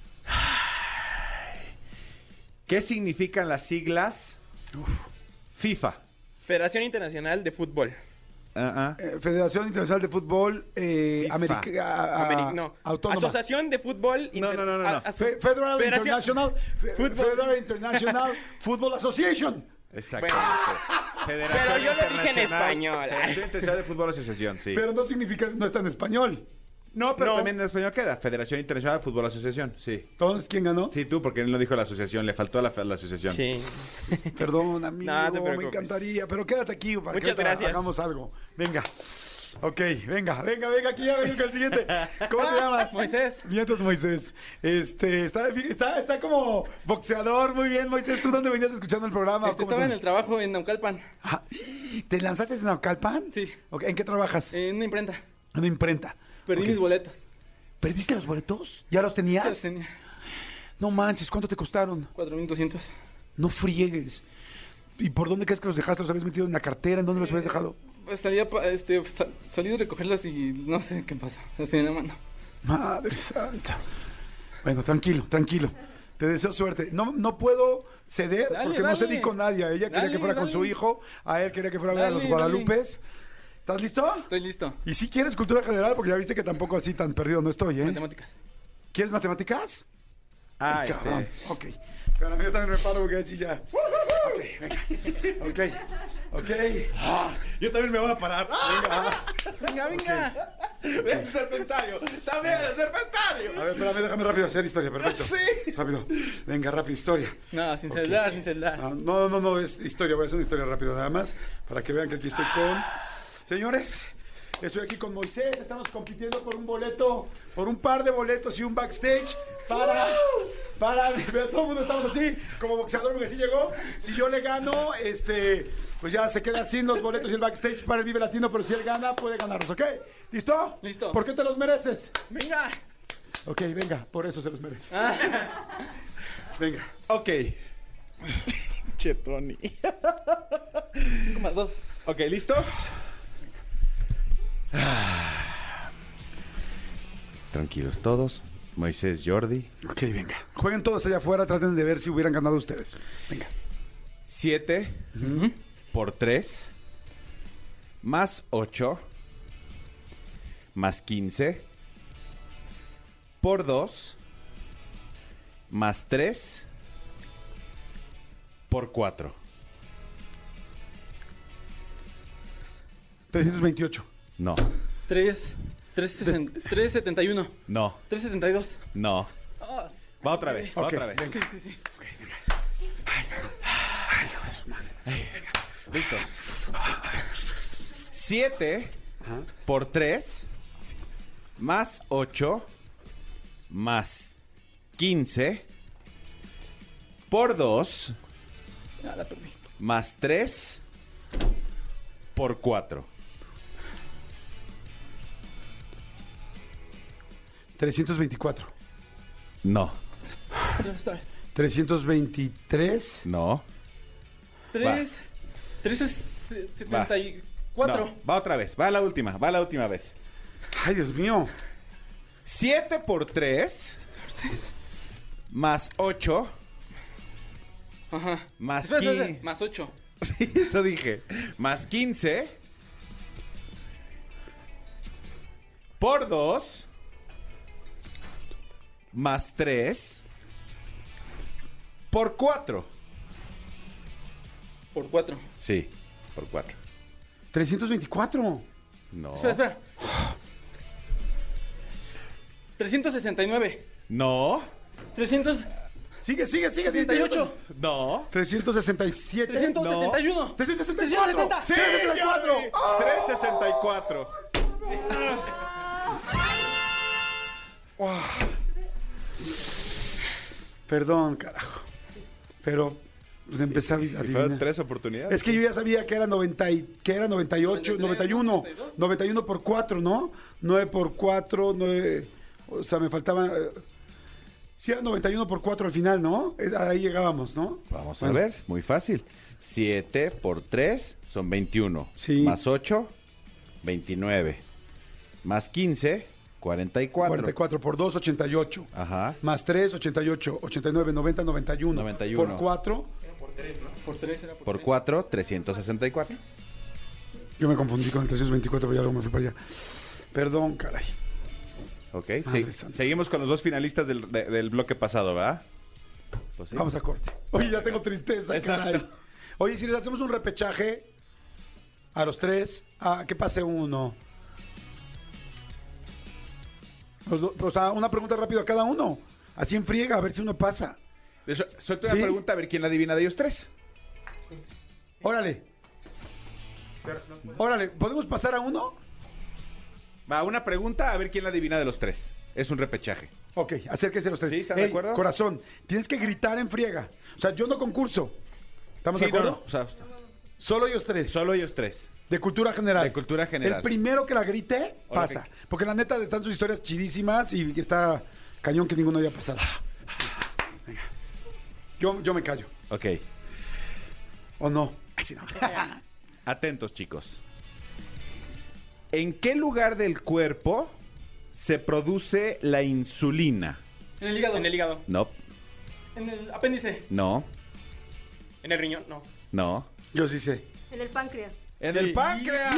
¿Qué significan las siglas FIFA? Federación Internacional de Fútbol. Ah, ah. Eh, Federación Internacional de Fútbol eh, FIFA. America- a- a- Ameri- no. Autónoma. Asociación de Fútbol. No, no, no, no, no. a- aso- Fe- Federal Federación- International Fe- Fútbol. Federal International Football Association. Exactamente. Federación Pero yo lo dije en Internacional- español. Federación Internacional de Fútbol Asociación, sí. Pero no significa, no está en español. no, pero no. también en español queda. Federación Internacional de Fútbol Asociación, sí. Entonces, ¿quién ganó? Sí, tú, porque él no dijo la asociación, le faltó la, la asociación. Sí. Perdón, amigo, No, te me preocupes. encantaría, pero quédate aquí para Muchas que ahorita gracias. hagamos algo. Venga. Ok, venga, venga, venga, aquí ya vengo con el siguiente. ¿Cómo te llamas? Moisés. Nietos Moisés. Este, está, está, está como boxeador, muy bien, Moisés. ¿Tú dónde venías escuchando el programa? Este, ¿Cómo estaba te- en el trabajo en Naucalpan, Ajá. ¿Te lanzaste en Naucalpan? Sí. Ok, ¿en qué trabajas? en una imprenta. En una imprenta. Perdí Ok. mis boletos. ¿Perdiste los boletos? ¿Ya los tenías? Ya los tenía. No manches, ¿cuánto te costaron? cuatro mil doscientos. No friegues. ¿Y por dónde crees que los dejaste? ¿Los habías metido en la cartera? ¿En dónde los habías dejado? Pues salí, a pa- este, sa- salí de recogerlos y no sé qué pasa. Los tenía en la mano. Madre santa. Bueno, tranquilo, tranquilo. Te deseo suerte. No, no puedo ceder Dale, porque no dale. cedí con nadie. Ella quería Dale, que fuera con dale. su hijo. A él quería que fuera a ver a Dale, los dale. Guadalupes. ¿Estás listo? Estoy listo. Y si quieres cultura general, porque ya viste que tampoco así tan perdido no estoy, ¿eh? Matemáticas. ¿Quieres matemáticas? Ah, Ay, este. cabrón. Ok. Pero a mí yo también me paro porque así ya. Ok, venga. Ok. Ok. Ah, yo también me voy a parar. Ah, Venga, venga. ven, el serpentario. También el serpentario. A ver, espérame, déjame rápido hacer historia, perfecto. Sí. Rápido. Venga, rápido, historia. No, sin celular, sin celular. Ah, No, no, no, es historia, voy a hacer una historia rápida nada más, para que vean que aquí estoy con... Señores, estoy aquí con Moisés, estamos compitiendo por un boleto, por un par de boletos y un backstage para... Para, vea, todo el mundo estamos así, como boxeador, porque sí llegó. Si yo le gano, este, pues ya se queda sin los boletos y el backstage para el Vive Latino, pero si él gana, puede ganarlos, ¿ok? ¿Listo? Listo. ¿Por qué te los mereces? Venga. Ok, venga, por eso se los merece. Venga. Ok. Che, Tony. cinco más dos. Ok, ¿listos? Tranquilos todos. Moisés, Jordi. Ok, venga. Jueguen todos allá afuera, traten de ver si hubieran ganado ustedes. Venga. siete por tres más ocho más quince por dos más tres por cuatro. trescientos veintiocho. No, tres. tres setenta y uno. no, tres setenta y dos. no. Ah, Va otra vez, va Ok, otra vez. venga. sí, sí, sí. Listos. siete por tres más ocho más quince por dos Ah, la perdí. más tres por cuatro. trescientos veinticuatro. No, Otra vez, otra vez. trescientos veintitrés. no. tres. tres setenta y cuatro. No, va otra vez, va la última, va la última vez. Ay, Dios mío. siete por tres más ocho Ajá. más Espera, espera, qui- espera. Más ocho. Sí, eso dije. Más quince por dos más tres por cuatro. Por cuatro. Sí, por cuatro. trescientos veinticuatro. No. Espera, espera. trescientos sesenta y nueve. No. trescientos Sigue, sigue, sigue. setenta y ocho. No. trescientos sesenta y siete. trescientos setenta y uno. trescientos sesenta y cuatro. trescientos setenta. Sí, trescientos sesenta y cuatro. Jordi. trescientos sesenta y cuatro. Perdón, carajo. Pero pues, empecé a Y fueron adivinar. tres oportunidades. Es que yo ya sabía que era noventa y, que era noventa y ocho, noventa y uno, noventa y uno por cuatro, ¿no? nueve por cuatro, nueve, o sea, me faltaba eh, sí era noventa y uno por cuatro al final, ¿no? Eh, Ahí llegábamos, ¿no? Vamos a Bueno, ver, muy fácil. siete por tres son veintiuno. Sí. Más ocho, veintinueve. Más quince, cuarenta y cuatro. cuarenta y cuatro por dos, ochenta y ocho. Ajá. Más tres, ochenta y ocho, ochenta y nueve, noventa, noventa y uno. noventa y uno. Por cuatro, Por tres era por, Por tres. cuatro, trescientos sesenta y cuatro. yo me confundí con el trescientos veinticuatro, pero ya luego me fui para allá. Perdón, caray. Ok, Madre sí. santa. Seguimos con los dos finalistas del, de- del bloque pasado, ¿verdad? Pues sí. Vamos a corte. Oye, ya tengo tristeza, Exacto. caray. Oye, si les hacemos un repechaje a los tres, a que pase uno. Los do- o sea, una pregunta rápido a cada uno. Así en friega, a ver si uno pasa. De hecho, suelto Sí. una pregunta a ver quién la adivina de ellos tres. Órale. Órale, ¿podemos pasar a uno? Va, una pregunta a ver quién la adivina de los tres. Es un repechaje. Ok, acérquense los tres. ¿Sí? ¿Están de Ey, acuerdo? Corazón, tienes que gritar en friega. O sea, yo no concurso. ¿Estamos Sí, de no, acuerdo? no, o sea, Solo ellos tres. solo ellos tres. De cultura general. De cultura general. El primero que la grite, Ahora pasa. que- Porque la neta están sus historias chidísimas y está cañón que ninguno haya pasado. Venga. Yo, yo me callo. Ok. ¿O no? Ay, sí, no. Atentos, chicos. ¿En qué lugar del cuerpo se produce la insulina? En el hígado. En el hígado. No, En el apéndice. no, En el riñón, no. no. Yo sí sé. En el páncreas. ¡En Sí. el páncreas!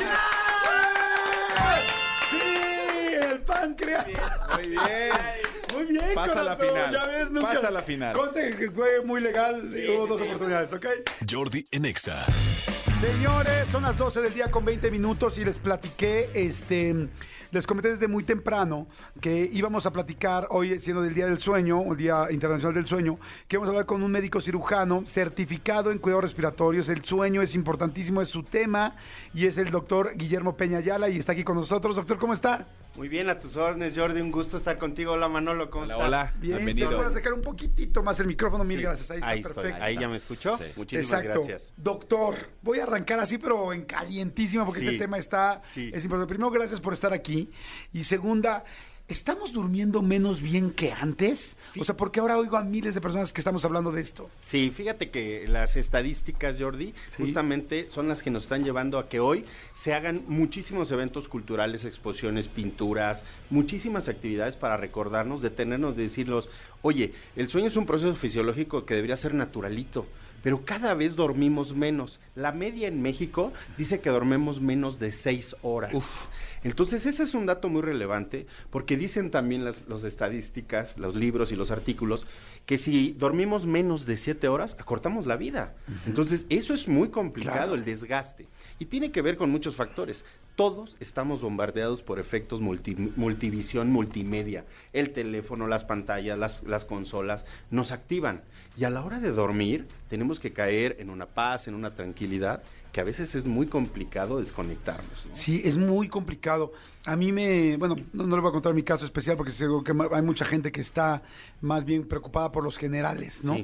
¡Sí! ¡El páncreas! Muy bien. Muy bien, Pasa a la corazón, final. Ya ves, nunca... Pasa a la final. Conste que fue muy legal y hubo dos oportunidades, ¿ok? Jordi en Exa. Señores, son las doce del día con veinte minutos y les platiqué, este, les comenté desde muy temprano que íbamos a platicar hoy, siendo del Día del Sueño, el Día Internacional del Sueño, que vamos a hablar con un médico cirujano certificado en cuidados respiratorios. El sueño es importantísimo, es su tema, y es el doctor Guillermo Peña Ayala, y está aquí con nosotros. Doctor, ¿cómo está? Muy bien, a tus órdenes, Jordi, un gusto estar contigo. Hola, Manolo, ¿cómo Hola, estás? hola. Bien, Bienvenido. se va a acercar un poquitito más el micrófono, mil Sí, gracias. Ahí está, ahí perfecto. estoy. Ahí ya me escuchó. Sí. Muchísimas Exacto. gracias. Doctor, voy a arrancar así, pero en calientísima, porque Sí. este tema está, Sí. es importante. Primero, gracias por estar aquí. Y segunda, ¿estamos durmiendo menos bien que antes? O sea, porque ahora oigo a miles de personas que estamos hablando de esto. Sí, fíjate que las estadísticas, Jordi, Sí. justamente son las que nos están llevando a que hoy se hagan muchísimos eventos culturales, exposiciones, pinturas, muchísimas actividades para recordarnos, detenernos, de decirlos, oye, el sueño es un proceso fisiológico que debería ser naturalito, pero cada vez dormimos menos. La media en México dice que dormimos menos de seis horas. Uf. Entonces, ese es un dato muy relevante, porque dicen también las los estadísticas, los libros y los artículos, que si dormimos menos de siete horas, acortamos la vida. Entonces, eso es muy complicado, Claro. el desgaste. Y tiene que ver con muchos factores. Todos estamos bombardeados por efectos multi, multivisión, multimedia. El teléfono, las pantallas, las, las consolas, nos activan. Y a la hora de dormir, tenemos que caer en una paz, en una tranquilidad, que a veces es muy complicado desconectarnos, ¿no? Sí, es muy complicado. A mí me, bueno, no, no le voy a contar mi caso especial porque seguro que ma- hay mucha gente que está más bien preocupada por los generales, ¿no? Sí.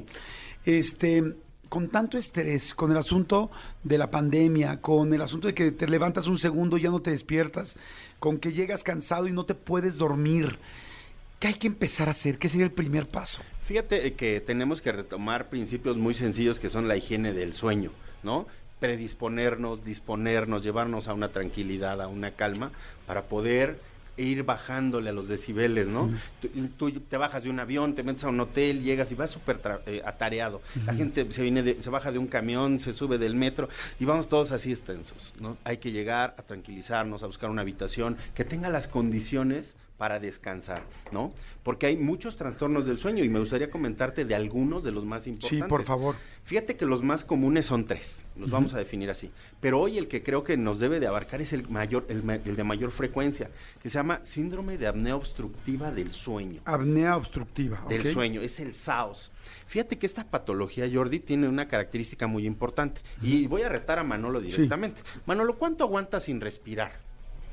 Este, con tanto estrés, con el asunto de la pandemia, con el asunto de que te levantas un segundo y ya no te despiertas, con que llegas cansado y no te puedes dormir, ¿qué hay que empezar a hacer? ¿Qué sería el primer paso? Fíjate eh, que tenemos que retomar principios muy sencillos que son la higiene del sueño, ¿no? Predisponernos, disponernos, llevarnos a una tranquilidad, a una calma, para poder ir bajándole a los decibeles, ¿no? tú, tú te bajas de un avión, te metes a un hotel, llegas y vas súper tra- eh, atareado. La gente se viene de- se baja de un camión, se sube del metro y vamos todos así extensos, ¿no? Hay que llegar a tranquilizarnos, a buscar una habitación que tenga las condiciones para descansar, ¿no? Porque hay muchos trastornos del sueño y me gustaría comentarte de algunos de los más importantes. Sí, por favor. Fíjate que los más comunes son tres, los vamos a definir así. Pero hoy el que creo que nos debe de abarcar es el mayor, el, ma- el de mayor frecuencia, que se llama síndrome de apnea obstructiva del sueño. Apnea obstructiva, Del ¿ok? sueño, es el S A O S. Fíjate que esta patología, Jordi, tiene una característica muy importante. Y voy a retar a Manolo directamente. Manolo, ¿cuánto aguantas sin respirar?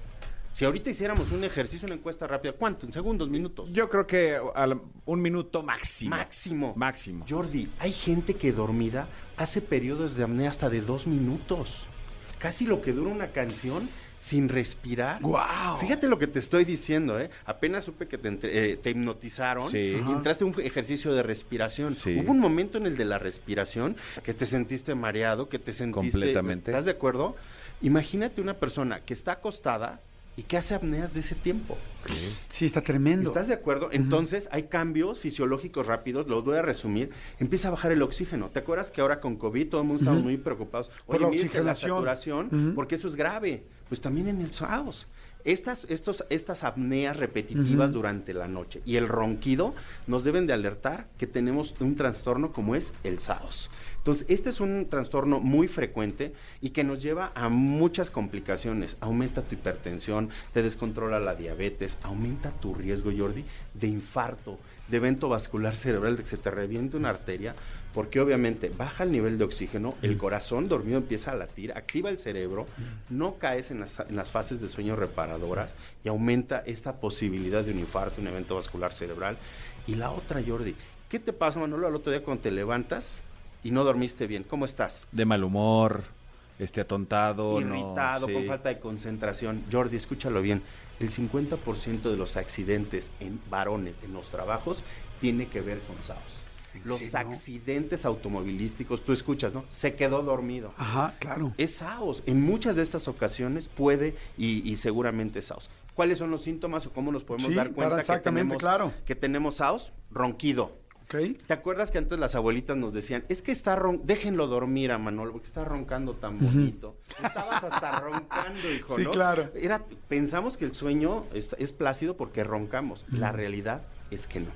Si ahorita hiciéramos un ejercicio, una encuesta rápida, ¿cuánto? ¿En segundos, minutos? Yo creo que al- un minuto máximo. Máximo. Máximo. Jordi, hay gente que dormida hace periodos de apnea hasta de dos minutos. Casi lo que dura una canción sin respirar. ¡Guau! Fíjate lo que te estoy diciendo, ¿eh? Apenas supe que te, entre- eh, te hipnotizaron Sí. y entraste a un ejercicio de respiración. Sí. Hubo un momento en el de la respiración que te sentiste mareado, que te sentiste... Completamente. ¿Estás de acuerdo? Imagínate una persona que está acostada y que hace apneas de ese tiempo. Sí, está tremendo. ¿Estás de acuerdo? Entonces hay cambios fisiológicos rápidos, los voy a resumir. Empieza a bajar el oxígeno. ¿Te acuerdas que ahora con COVID todo el mundo estamos muy preocupados? Por Oye, la mire que la oxigenación. saturación, Ujú. porque eso es grave. Pues también en el S A O S. Estas, estos, estas apneas repetitivas Ujú. durante la noche y el ronquido nos deben de alertar que tenemos un trastorno como es el S A O S. Entonces, este es un trastorno muy frecuente y que nos lleva a muchas complicaciones. Aumenta tu hipertensión, te descontrola la diabetes, aumenta tu riesgo, Jordi, de infarto, de evento vascular cerebral, de que se te reviente una arteria, porque obviamente baja el nivel de oxígeno, el corazón dormido empieza a latir, activa el cerebro, no caes en las, en las fases de sueño reparadoras y aumenta esta posibilidad de un infarto, un evento vascular cerebral. Y la otra, Jordi, ¿qué te pasa, Manolo, al otro día cuando te levantas y no dormiste bien? ¿Cómo estás? De mal humor, este atontado. Irritado, no, sí. con falta de concentración. Jordi, escúchalo bien. El cincuenta por ciento de los accidentes en varones en los trabajos tiene que ver con S A O S. Los serio? accidentes automovilísticos, tú escuchas, ¿no? Se quedó dormido. Ajá, claro. Es S A O S. En muchas de estas ocasiones puede y, y seguramente es S A O S. ¿Cuáles son los síntomas o cómo nos podemos Sí, dar cuenta para- que exactamente, tenemos, claro. que tenemos S A O S? Ronquido. ¿Ok? ¿Te acuerdas que antes las abuelitas nos decían, es que está ron déjenlo dormir a Manolo, porque está roncando tan bonito? Estabas hasta roncando, hijo, Sí, ¿no? claro. Era, pensamos que el sueño es, es plácido porque roncamos. La realidad es que no.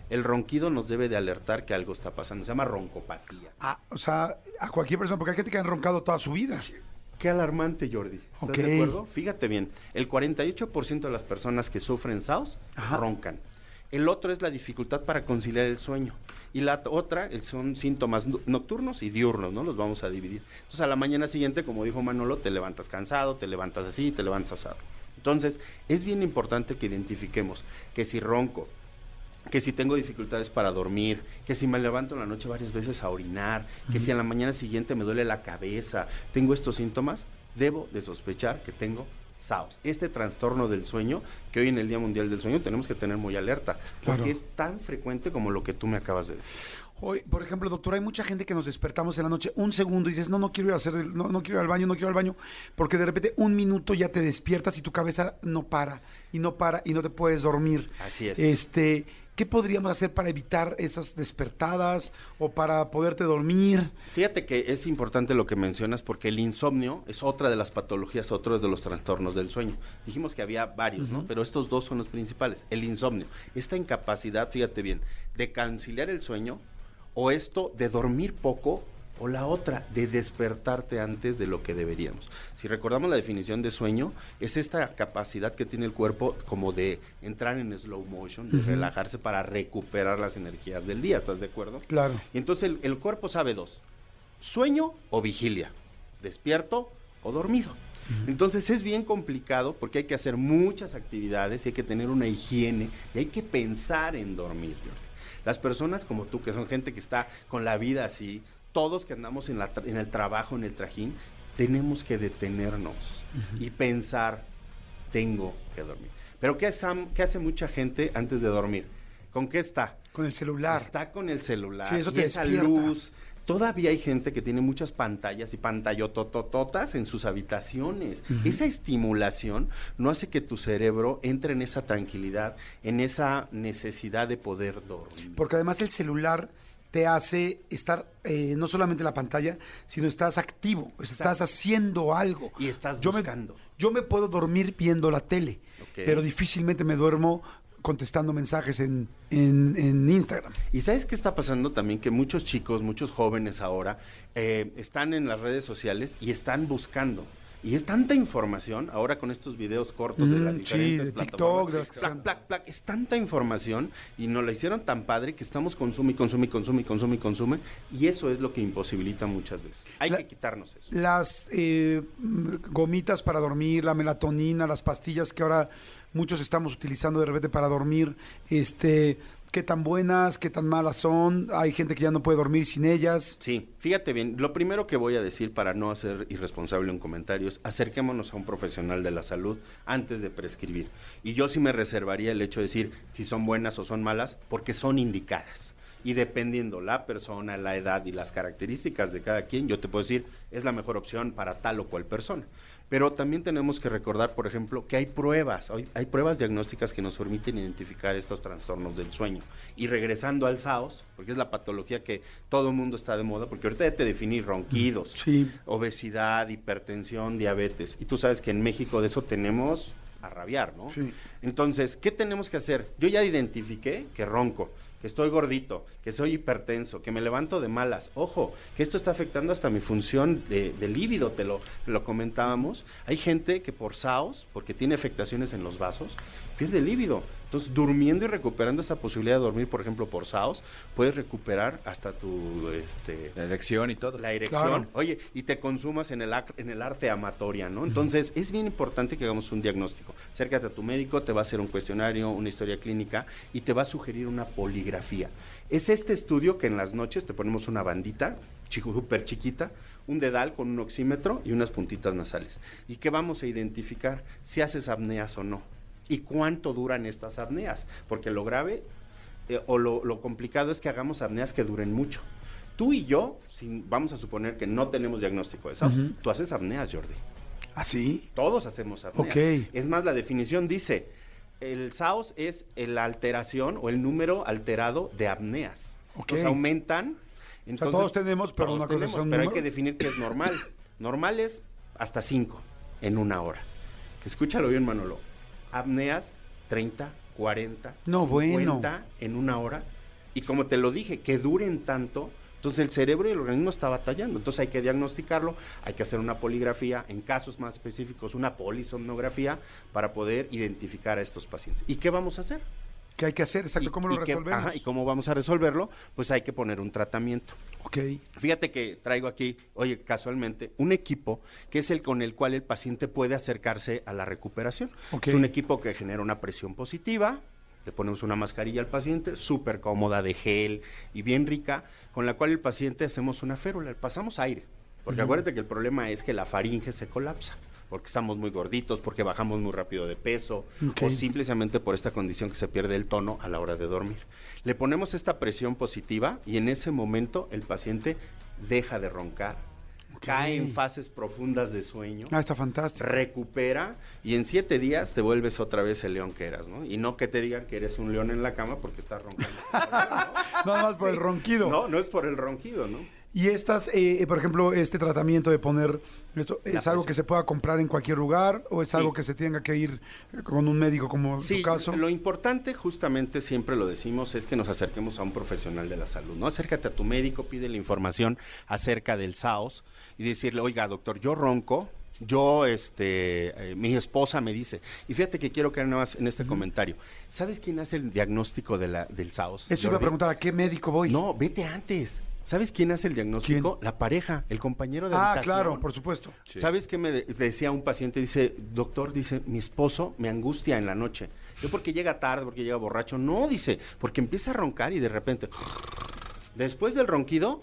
El ronquido nos debe de alertar que algo está pasando, se llama roncopatía. Ah, o sea, a cualquier persona, porque hay gente que han roncado toda su vida. Qué alarmante, Jordi. ¿Estás Ok. de acuerdo? Fíjate bien, el cuarenta y ocho por ciento de las personas que sufren S A O S Ajá. roncan. El otro es la dificultad para conciliar el sueño. Y la t- otra el- son síntomas no- nocturnos y diurnos, ¿no? Los vamos a dividir. Entonces, a la mañana siguiente, como dijo Manolo, te levantas cansado, te levantas así, te levantas asado. Entonces, es bien importante que identifiquemos que si ronco, que si tengo dificultades para dormir, que si me levanto en la noche varias veces a orinar, que si a la mañana siguiente me duele la cabeza, tengo estos síntomas, debo de sospechar que tengo S A O S. Este trastorno del sueño, que hoy en el Día Mundial del Sueño tenemos que tener muy alerta, porque Claro. es tan frecuente como lo que tú me acabas de decir. Hoy, por ejemplo, doctor, hay mucha gente que nos despertamos en la noche un segundo y dices, no, no quiero ir a hacer, el- no, no quiero ir al baño, no quiero ir al baño, porque de repente un minuto ya te despiertas y tu cabeza no para, y no para, y no te puedes dormir. Así es. Este, ¿qué podríamos hacer para evitar esas despertadas o para poderte dormir? Fíjate que es importante lo que mencionas porque el insomnio es otra de las patologías, otro de los trastornos del sueño. Dijimos que había varios, ¿no? Pero estos dos son los principales. El insomnio, esta incapacidad, fíjate bien, de conciliar el sueño o esto de dormir poco o la otra de despertarte antes de lo que deberíamos. Si recordamos la definición de sueño, es esta capacidad que tiene el cuerpo como de entrar en slow motion, de Ujú. relajarse para recuperar las energías del día, ¿estás de acuerdo? Claro. Y entonces el, el cuerpo sabe dos, sueño o vigilia, despierto o dormido. Entonces es bien complicado porque hay que hacer muchas actividades y hay que tener una higiene y hay que pensar en dormir. Jordi. Las personas como tú, que son gente que está con la vida así, todos que andamos en, la tra- en el trabajo, en el trajín, tenemos que detenernos y pensar, tengo que dormir. Pero ¿qué, Sam- qué hace mucha gente antes de dormir? ¿Con qué está? Con el celular. Está con el celular. Sí, eso y te esa despierta. luz. Todavía hay gente que tiene muchas pantallas y pantallototototas en sus habitaciones. Ujú. Esa estimulación no hace que tu cerebro entre en esa tranquilidad, en esa necesidad de poder dormir. Porque además el celular te hace estar eh, no solamente en la pantalla, sino estás activo, estás haciendo algo. Y estás yo buscando. Me, yo me puedo dormir viendo la tele, Ok. pero difícilmente me duermo contestando mensajes en, en, en Instagram. ¿Y sabes qué está pasando también? Que muchos chicos, muchos jóvenes ahora, eh, están en las redes sociales y están buscando. Y es tanta información, ahora con estos videos cortos de las Mm, sí, diferentes de TikTok, plataformas, de las que plac, sean. plac, plac, es tanta información y nos la hicieron tan padre que estamos consume y consume y consume y consume y consume y eso es lo que imposibilita muchas veces. Hay La- que quitarnos eso. Las eh, mm, gomitas para dormir, la melatonina, las pastillas que ahora muchos estamos utilizando de repente para dormir, este, qué tan buenas, qué tan malas son. Hay gente que ya no puede dormir sin ellas. Sí, fíjate bien, lo primero que voy a decir para no hacer irresponsable un comentario es acerquémonos a un profesional de la salud antes de prescribir. Y yo sí me reservaría el hecho de decir si son buenas o son malas porque son indicadas. Y dependiendo la persona, la edad y las características de cada quien, yo te puedo decir, es la mejor opción para tal o cual persona. Pero también tenemos que recordar, por ejemplo, que hay pruebas, hay, hay pruebas diagnósticas que nos permiten identificar estos trastornos del sueño. Y regresando al S A O S, porque es la patología que todo el mundo está de moda, porque ahorita ya te definí ronquidos, Sí. obesidad, hipertensión, diabetes. Y tú sabes que en México de eso tenemos a rabiar, ¿no? Sí. Entonces, ¿qué tenemos que hacer? Yo ya identifiqué que ronco, que estoy gordito, que soy hipertenso, que me levanto de malas. Ojo, que esto está afectando hasta mi función de, de líbido, te lo, te lo comentábamos. Hay gente que por S A O S, porque tiene afectaciones en los vasos, pierde líbido. Entonces, durmiendo y recuperando esa posibilidad de dormir, por ejemplo, por S A O S, puedes recuperar hasta tu... Este, La erección y todo. la erección, Claro. oye, y te consumas en el, ac- en el arte amatoria, ¿no? Entonces, es bien importante que hagamos un diagnóstico. Acércate a tu médico, te va a hacer un cuestionario, una historia clínica y te va a sugerir una poligrafía. Es este estudio que en las noches te ponemos una bandita, súper chiquita, un dedal con un oxímetro y unas puntitas nasales. ¿Y qué vamos a identificar? Si haces apneas o no. ¿Y cuánto duran estas apneas? Porque lo grave eh, o lo, lo complicado es que hagamos apneas que duren mucho. Tú y yo, si vamos a suponer que no tenemos diagnóstico de S A O S, Ujú. tú haces apneas, Jordi. ¿Ah, sí? Todos hacemos apneas. Ok. Es más, la definición dice, el S A O S es la alteración o el número alterado de apneas. Ok. Entonces aumentan. Entonces, todos tenemos, pero todos una cosa tenemos, es un pero hay número. que definir qué es normal. Normal es hasta cinco en una hora. Escúchalo bien, Manolo. Apneas treinta, cuarenta, No, bueno. cincuenta en una hora y como te lo dije, que duren tanto. Entonces el cerebro y el organismo está batallando, entonces hay que diagnosticarlo, hay que hacer una poligrafía, en casos más específicos una polisomnografía para poder identificar a estos pacientes. ¿Y qué vamos a hacer? ¿Qué hay que hacer? Exacto, Y- ¿cómo lo y qué- resolvemos? ajá, ¿y cómo vamos a resolverlo? Pues hay que poner un tratamiento. Ok. Fíjate que traigo aquí, oye, casualmente, un equipo que es el con el cual el paciente puede acercarse a la recuperación. Ok. Es un equipo que genera una presión positiva, le ponemos una mascarilla al paciente, súper cómoda, de gel y bien rica, con la cual el paciente hacemos una férula, le pasamos aire. Porque Ujú. acuérdate que el problema es que la faringe se colapsa, porque estamos muy gorditos, porque bajamos muy rápido de peso, Ok. o simplemente por esta condición que se pierde el tono a la hora de dormir. Le ponemos esta presión positiva y en ese momento el paciente deja de roncar, cae en fases profundas de sueño, Ah, está fantástico. recupera y en siete días te vuelves otra vez el león que eras, ¿no? Y no que te digan que eres un león en la cama porque estás roncando. Nada más por el ronquido. No, no es por el ronquido, ¿no? Y estas, eh, por ejemplo, este tratamiento de poner esto, ¿es La algo presión. que se pueda comprar en cualquier lugar o es Sí. algo que se tenga que ir con un médico como en Sí, tu caso? lo importante justamente siempre lo decimos es que nos acerquemos a un profesional de la salud, ¿no? Acércate a tu médico, pide la información acerca del S A O S y decirle, oiga, doctor, yo ronco, yo, este, eh, mi esposa me dice, y fíjate que quiero caer nada más en este comentario, ¿sabes quién hace el diagnóstico de la, del S A O S? Eso iba a Jordi? preguntar, ¿a qué médico voy? No, vete antes. ¿Sabes quién hace el diagnóstico? La pareja, el compañero de Ah, habitación. claro, por supuesto. ¿Sabes qué me de- decía un paciente? Dice, doctor, dice, mi esposo me angustia en la noche. Yo porque llega tarde, porque llega borracho. No, dice, porque empieza a roncar y de repente, después del ronquido,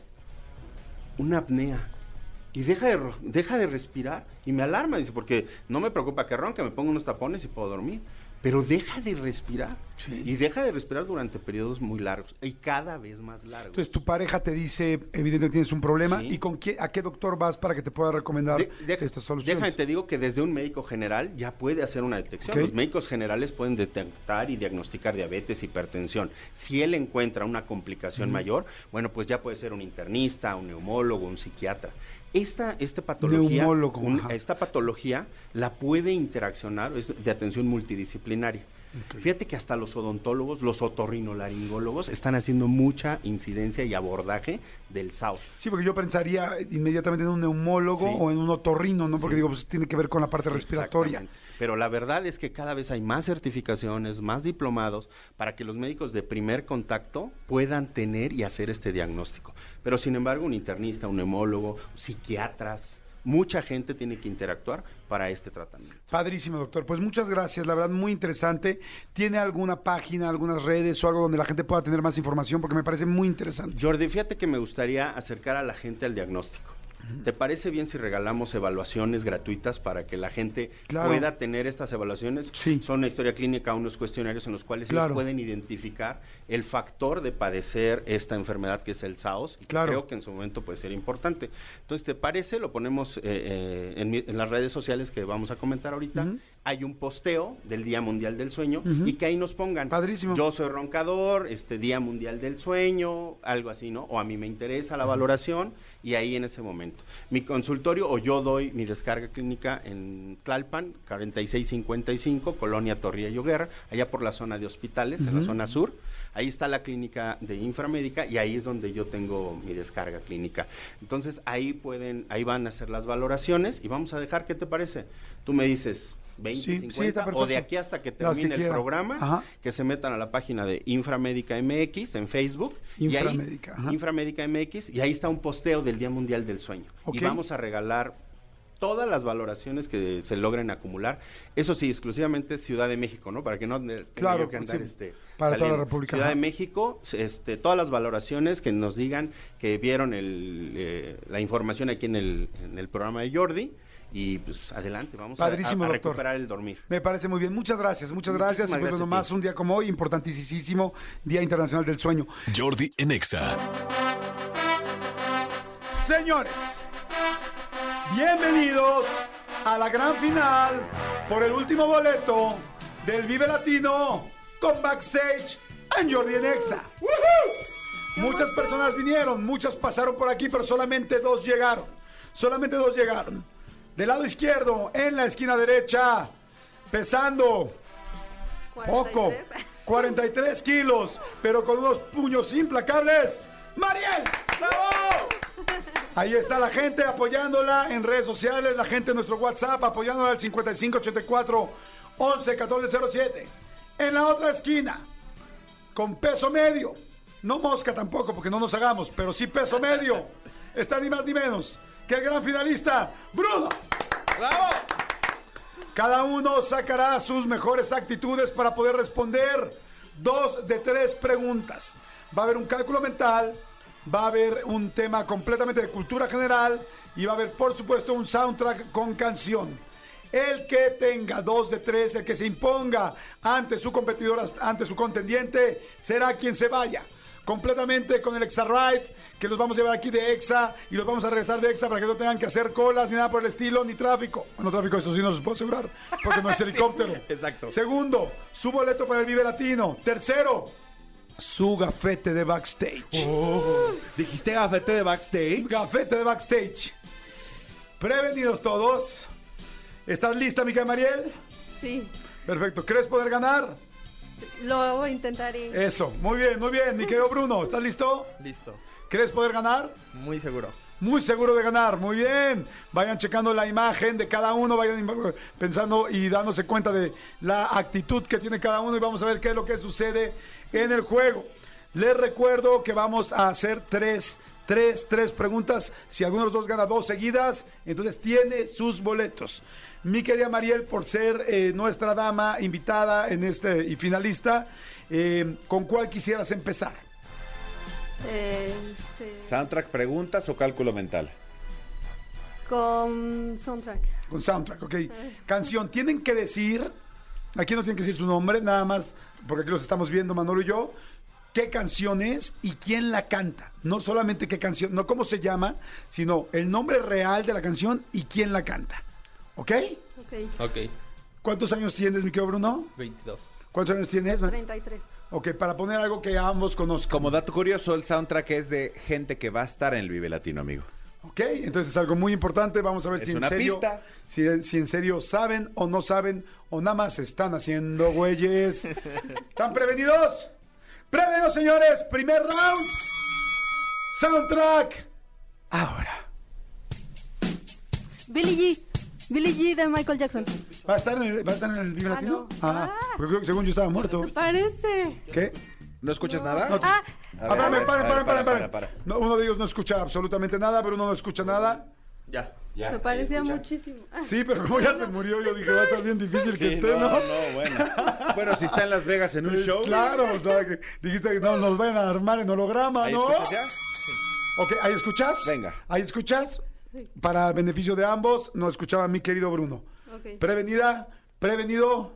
una apnea. Y deja de, ro- deja de respirar y me alarma, dice, porque no me preocupa que ronque, me pongo unos tapones y puedo dormir. Pero deja de respirar. Y deja de respirar durante periodos muy largos y cada vez más largos. Entonces tu pareja te dice, evidentemente tienes un problema, Sí. ¿y con qué, a qué doctor vas para que te pueda recomendar De- deja- estas soluciones? Déjame te digo que desde un médico general ya puede hacer una detección. Ok. Los médicos generales pueden detectar y diagnosticar diabetes, hipertensión. Si él encuentra una complicación Ujú. mayor, bueno, pues ya puede ser un internista, un neumólogo, un psiquiatra. Esta, esta patología, Neumólogo, un- ajá. esta patología la puede interaccionar, es de atención multidisciplinaria. Fíjate que hasta los odontólogos, los otorrinolaringólogos están haciendo mucha incidencia y abordaje del S A O S. Sí, porque yo pensaría inmediatamente en un neumólogo Sí. o en un otorrino, ¿no? Porque Sí. digo, pues tiene que ver con la parte respiratoria. Exactamente. Pero la verdad es que cada vez hay más certificaciones, más diplomados, para que los médicos de primer contacto puedan tener y hacer este diagnóstico. Pero sin embargo, un internista, un neumólogo, psiquiatras, mucha gente tiene que interactuar para este tratamiento. Padrísimo, doctor. Pues muchas gracias, la verdad, muy interesante. ¿Tiene alguna página, algunas redes o algo donde la gente pueda tener más información? Porque me parece muy interesante. Jordi, fíjate que me gustaría acercar a la gente al diagnóstico. ¿Te parece bien si regalamos evaluaciones gratuitas para que la gente Claro. pueda tener estas evaluaciones? Sí. Son una historia clínica, unos cuestionarios en los cuales Claro. ellos pueden identificar el factor de padecer esta enfermedad que es el S A O S, y que Claro. creo que en su momento puede ser importante. Entonces, ¿te parece? Lo ponemos eh, eh, en, mi- en las redes sociales que vamos a comentar ahorita. Ujú. Hay un posteo del Día Mundial del Sueño Ujú. y que ahí nos pongan. Padrísimo. Yo soy roncador, este Día Mundial del Sueño, algo así, ¿no? O a mí me interesa la valoración y ahí en ese momento. Mi consultorio o yo doy mi descarga clínica en Tlalpan, cuarenta y seis cincuenta y cinco, Colonia Torría y Hoguera, allá por la zona de hospitales, en la Ujú. zona sur. Ahí está la clínica de Inframédica y ahí es donde yo tengo mi descarga clínica. Entonces ahí pueden, ahí van a hacer las valoraciones y vamos a dejar, ¿qué te parece? Tú me dices veinte, Sí, sí, cincuenta, está o de perfecto. aquí hasta que Las que termine el quieran. programa, Ajá. que se metan a la página de Inframédica M X en Facebook. y ahí- Inframédica, ajá. Inframédica M X, y ahí está un posteo del Día Mundial del Sueño. Ok. Y vamos a regalar todas las valoraciones que se logren acumular. Eso sí, exclusivamente Ciudad de México, ¿no? Para que no tenga Claro, yo que andar sí, este, para toda la saliendo. República, Ciudad ajá. de México, este, todas las valoraciones que nos digan que vieron el, eh, la información aquí en el, en el programa de Jordi. Y pues adelante, vamos a- a, Padrísimo, a doctor. recuperar el dormir. Me parece muy bien. Muchas gracias, muchas gracias. Y Muchísimas pues gracias a nomás ti. un día como hoy, importantísimo Día Internacional del Sueño. Jordi en Exa. Señores, bienvenidos a la gran final por el último boleto del Vive Latino con Backstage en Jordi en Exa. Muchas personas vinieron, muchas pasaron por aquí, pero solamente dos llegaron. Solamente dos llegaron. Del lado izquierdo, en la esquina derecha, pesando poco, cuarenta y tres kilos, pero con unos puños implacables, ¡Mariel! ¡Bravo! Ahí está la gente apoyándola en redes sociales, la gente en nuestro WhatsApp apoyándola al cincuenta y cinco ochenta y cuatro once catorce cero siete. En la otra esquina, con peso medio, no mosca tampoco porque no nos hagamos, pero sí peso medio, está ni más ni menos que el gran finalista, Bruno. ¡Bravo! Cada uno sacará sus mejores actitudes para poder responder dos de tres preguntas. Va a haber un cálculo mental, va a haber un tema completamente de cultura general y va a haber, por supuesto, un soundtrack con canción. El que tenga dos de tres, el que se imponga ante su competidor, ante su contendiente, será quien se vaya. Completamente con el Exa Ride, que los vamos a llevar aquí de Exa y los vamos a regresar de Exa para que no tengan que hacer colas ni nada por el estilo, ni tráfico. Bueno, tráfico, eso sí no se puede asegurar, porque no es helicóptero. Sí, exacto. Segundo, su boleto para el Vive Latino. Tercero, su gafete de backstage. Oh, ¿dijiste gafete de backstage? Gafete de backstage. Prevenidos todos. ¿Estás lista, mi querida Mariel? Sí, Perfecto. ¿Crees poder ganar? lo intentaré. Eso. Muy bien, muy bien. Mi querido Bruno, ¿estás listo? Listo. ¿Crees poder ganar? Muy seguro. Muy seguro de ganar, muy bien. Vayan checando la imagen de cada uno, vayan pensando y dándose cuenta de la actitud que tiene cada uno y vamos a ver qué es lo que sucede en el juego. Les recuerdo que vamos a hacer tres, tres, tres preguntas. Si alguno de los dos gana dos seguidas, entonces tiene sus boletos. Mi querida Mariel, por ser eh, nuestra dama invitada en este y finalista, eh, ¿con cuál quisieras empezar? Eh, este, ¿Soundtrack preguntas o cálculo mental? con soundtrack. Con soundtrack, ok. Canción, tienen que decir, aquí no tienen que decir su nombre, nada más, porque aquí los estamos viendo Manolo y yo, qué canción es y quién la canta. No solamente qué canción, no cómo se llama, sino el nombre real de la canción y quién la canta. ¿Ok? Ok, Ok. ¿Cuántos años tienes, mi querido Bruno? veintidós. ¿Cuántos años tienes? treinta y tres. Ok, para poner algo que ambos conozcan. Como dato curioso, el soundtrack es de gente que va a estar en el Vive Latino, amigo. Ok, entonces es algo muy importante. Vamos a ver Es si en una serio, pista. Si, si en serio saben o no saben o nada más están haciendo güeyes. ¿Están prevenidos? Prevenidos, señores. Primer round. Soundtrack. Ahora. Billie G. Billie G de Michael Jackson. ¿Va a estar en el, va a estar en el Vive Ah, Latino? no. Ah, Ah. porque creo que según yo estaba muerto. Se parece. ¿Qué? ¿No escuchas nada? No, Ah, A A ver, ver, a ver, paren, a paren, ver, paren, para, paren. para. No, uno de ellos no escucha absolutamente nada, pero uno no escucha nada. Ya. Ya, se parecía ¿escucha? muchísimo. Ah, Sí, pero como ya se murió, yo dije, va a estar bien difícil que Sí, esté, no, ¿no? no, bueno. Bueno, si está en Las Vegas en un Eh, show. Claro, o sea, que dijiste que no nos vayan a armar en holograma, ¿Ahí ¿no? escuchas ya? Ok, ¿ahí escuchas? Venga. ¿Ahí escuchas? Sí. Para beneficio de ambos, no escuchaba mi querido Bruno. ok. Prevenida, prevenido.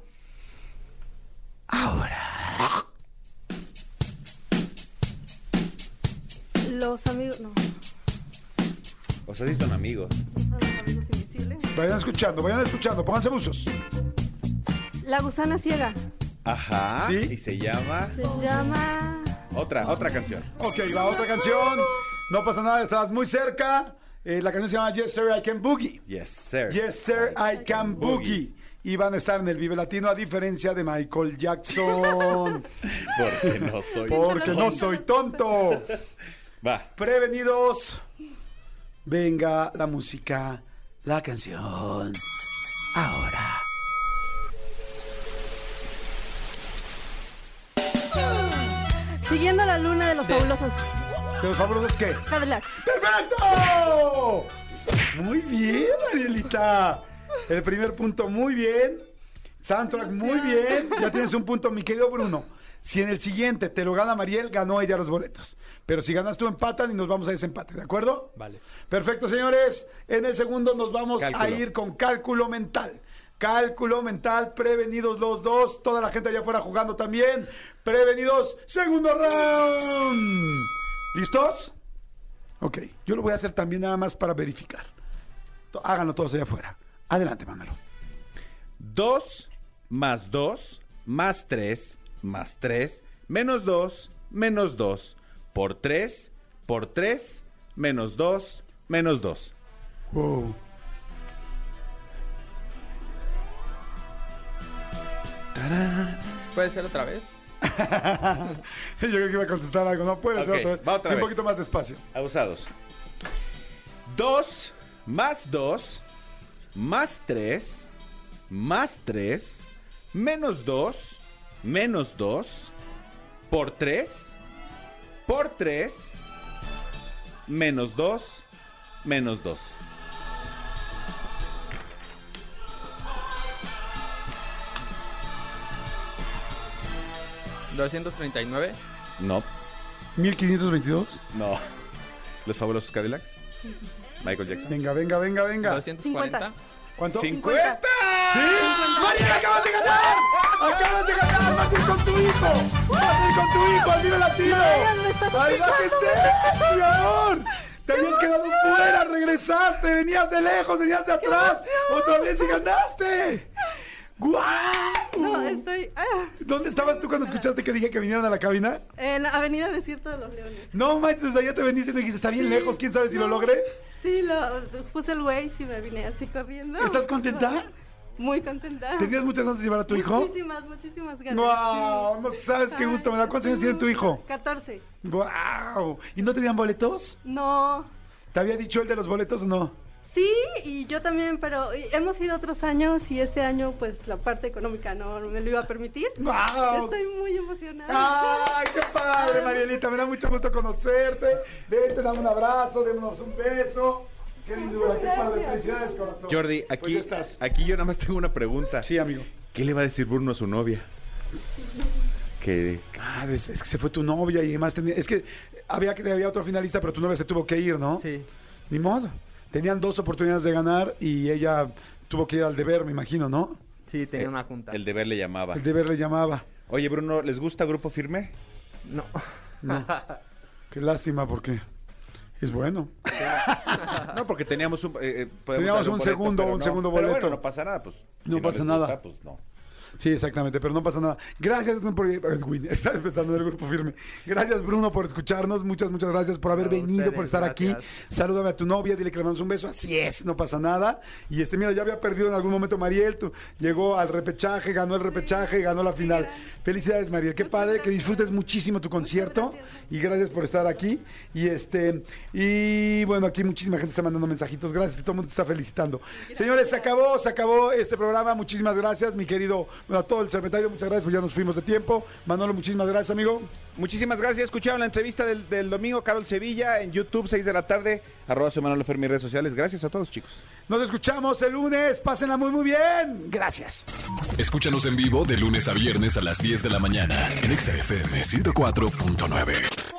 Los amigos. No. O sea, sí son amigos. Son los amigos invisibles. Vayan escuchando, vayan escuchando, pónganse buzos. La gusana ciega. Ajá. ¿Sí? Y se llama... Se llama. Otra, otra canción. Ok, va otra canción. No pasa nada, estabas muy cerca. Eh, la canción se llama Yes Sir, I Can Boogie. Yes, sir. Yes Sir, I Can Boogie. Y van a estar en el Vive Latino a diferencia de Michael Jackson. Porque no soy... Porque no soy tonto. Va. Prevenidos. Venga la música, la canción. Ahora. Siguiendo la luna de los fabulosos. ¿De los fabulosos qué? Cadillacs. ¡Perfecto! Muy bien, Arielita. El primer punto, muy bien. Soundtrack, muy bien. Ya tienes un punto, mi querido Bruno. Si en el siguiente te lo gana Mariel, ganó ella los boletos. Pero si ganas tú, empatan y nos vamos a desempate, ¿de acuerdo? Vale. Perfecto, señores. En el segundo nos vamos Cálculo. a ir con cálculo mental. Cálculo mental, prevenidos los dos. Toda la gente allá afuera jugando también. Prevenidos, segundo round. ¿Listos? Ok, yo lo voy a hacer también nada más para verificar. To- Háganlo todos allá afuera. Adelante, Manolo. Dos más dos más tres más tres menos dos menos dos por tres por tres menos dos menos dos. Wow. ¿Puede ser otra vez? Yo creo que iba a contestar algo. No puede ser Ok, otra vez. va otra Sí, un vez. poquito más despacio. Abusados. Dos más dos más tres más tres menos dos menos dos por tres por tres menos dos menos dos. doscientos treinta y nueve. No, mil quinientos veintidós. no. Los fabulosos Cadillacs. Michael Jackson. Venga, venga, venga, venga. doscientos cuarenta. ¿Cuánto? ¡cincuenta! ¡Sí! ¡Mariela, acabas de ganar! ¡Acabas de ganar! ¡Vas a ir con tu hijo! ¡Vas a ir con tu hijo al Vive Latino! Marian, me estás ¡Ahí va que estés, mi amor! Te habías quedado fuera, regresaste, venías de lejos, venías de atrás. ¡Otra vez y ganaste! ¡Guau! No, estoy ah, ¿Dónde estabas tú cuando escuchaste que dije que vinieran a la cabina? en Avenida Desierto de los Leones. No manches, desde allá te veniste y me dijiste, está bien lejos, quién sabe si lo No. logré. Sí, lo, puse el Waze y me vine así corriendo. ¿Estás contenta? Muy contenta. ¿Tenías muchas ganas de llevar a tu hijo? Muchísimas, muchísimas ganas. ¡Wow! No sabes qué gusto me da. ¿Cuántos años tiene tu hijo? catorce. ¡Wow! ¿Y no tenían boletos? No. ¿Te había dicho el de los boletos o no? Sí, y yo también, pero hemos ido otros años y este año pues la parte económica no me lo iba a permitir. ¡Wow! Estoy muy emocionada. ¡Ay, qué padre, Marielita! Me da mucho gusto conocerte. Vente, dame un abrazo, démonos un beso. ¡Qué lindura, qué padre! ¡Felicidades, corazón! Jordi, Pues aquí, ya estás. aquí yo nada más tengo una pregunta. Sí, amigo. ¿Qué le va a decir Bruno a su novia? Que Ah, es, es que se fue tu novia y además tenía... Es que había, que había otro finalista, pero tu novia se tuvo que ir, ¿no? Sí. Ni modo. Tenían dos oportunidades de ganar y ella tuvo que ir al deber, me imagino, ¿no? Sí, tenía una junta. el deber le llamaba. El deber le llamaba. Oye, Bruno, ¿les gusta Grupo Firme? No. No. Qué lástima porque es bueno. No, porque teníamos un... eh, eh, podemos Teníamos darle un boleto, segundo- pero un no. segundo Pero boleto. bueno, no pasa nada, pues. No si pasa les nada. gusta, pues no. Sí, exactamente, pero no pasa nada. Gracias, Edwin, por... Edwin, está empezando el Grupo Firme. Gracias, Bruno, por escucharnos. Muchas, muchas gracias por haber A venido, ustedes, por estar gracias. aquí. Salúdame a tu novia, dile que le mandamos un beso. Así es, no pasa nada. Y este, mira, ya había perdido en algún momento Mariel. Tú, llegó al repechaje, ganó el repechaje, ganó la final. Felicidades, Mariel. Qué padre, que disfrutes muchísimo tu concierto. Y gracias por estar aquí. Y este, y bueno, aquí muchísima gente está mandando mensajitos. Gracias, todo el mundo te está felicitando. Señores, se acabó, se acabó este programa. Muchísimas gracias, mi querido, bueno, a todo el secretario, muchas gracias, pues ya nos fuimos de tiempo. Manolo, muchísimas gracias, amigo. Muchísimas gracias. Escucharon la entrevista del, del domingo, Carol Sevilla, en YouTube, seis de la tarde. Arroba soy Manolo Fer, mis redes sociales. Gracias a todos, chicos. Nos escuchamos el lunes. Pásenla muy, muy bien. Gracias. Escúchanos en vivo de lunes a viernes a las diez de la mañana en Exa F M ciento cuatro punto nueve.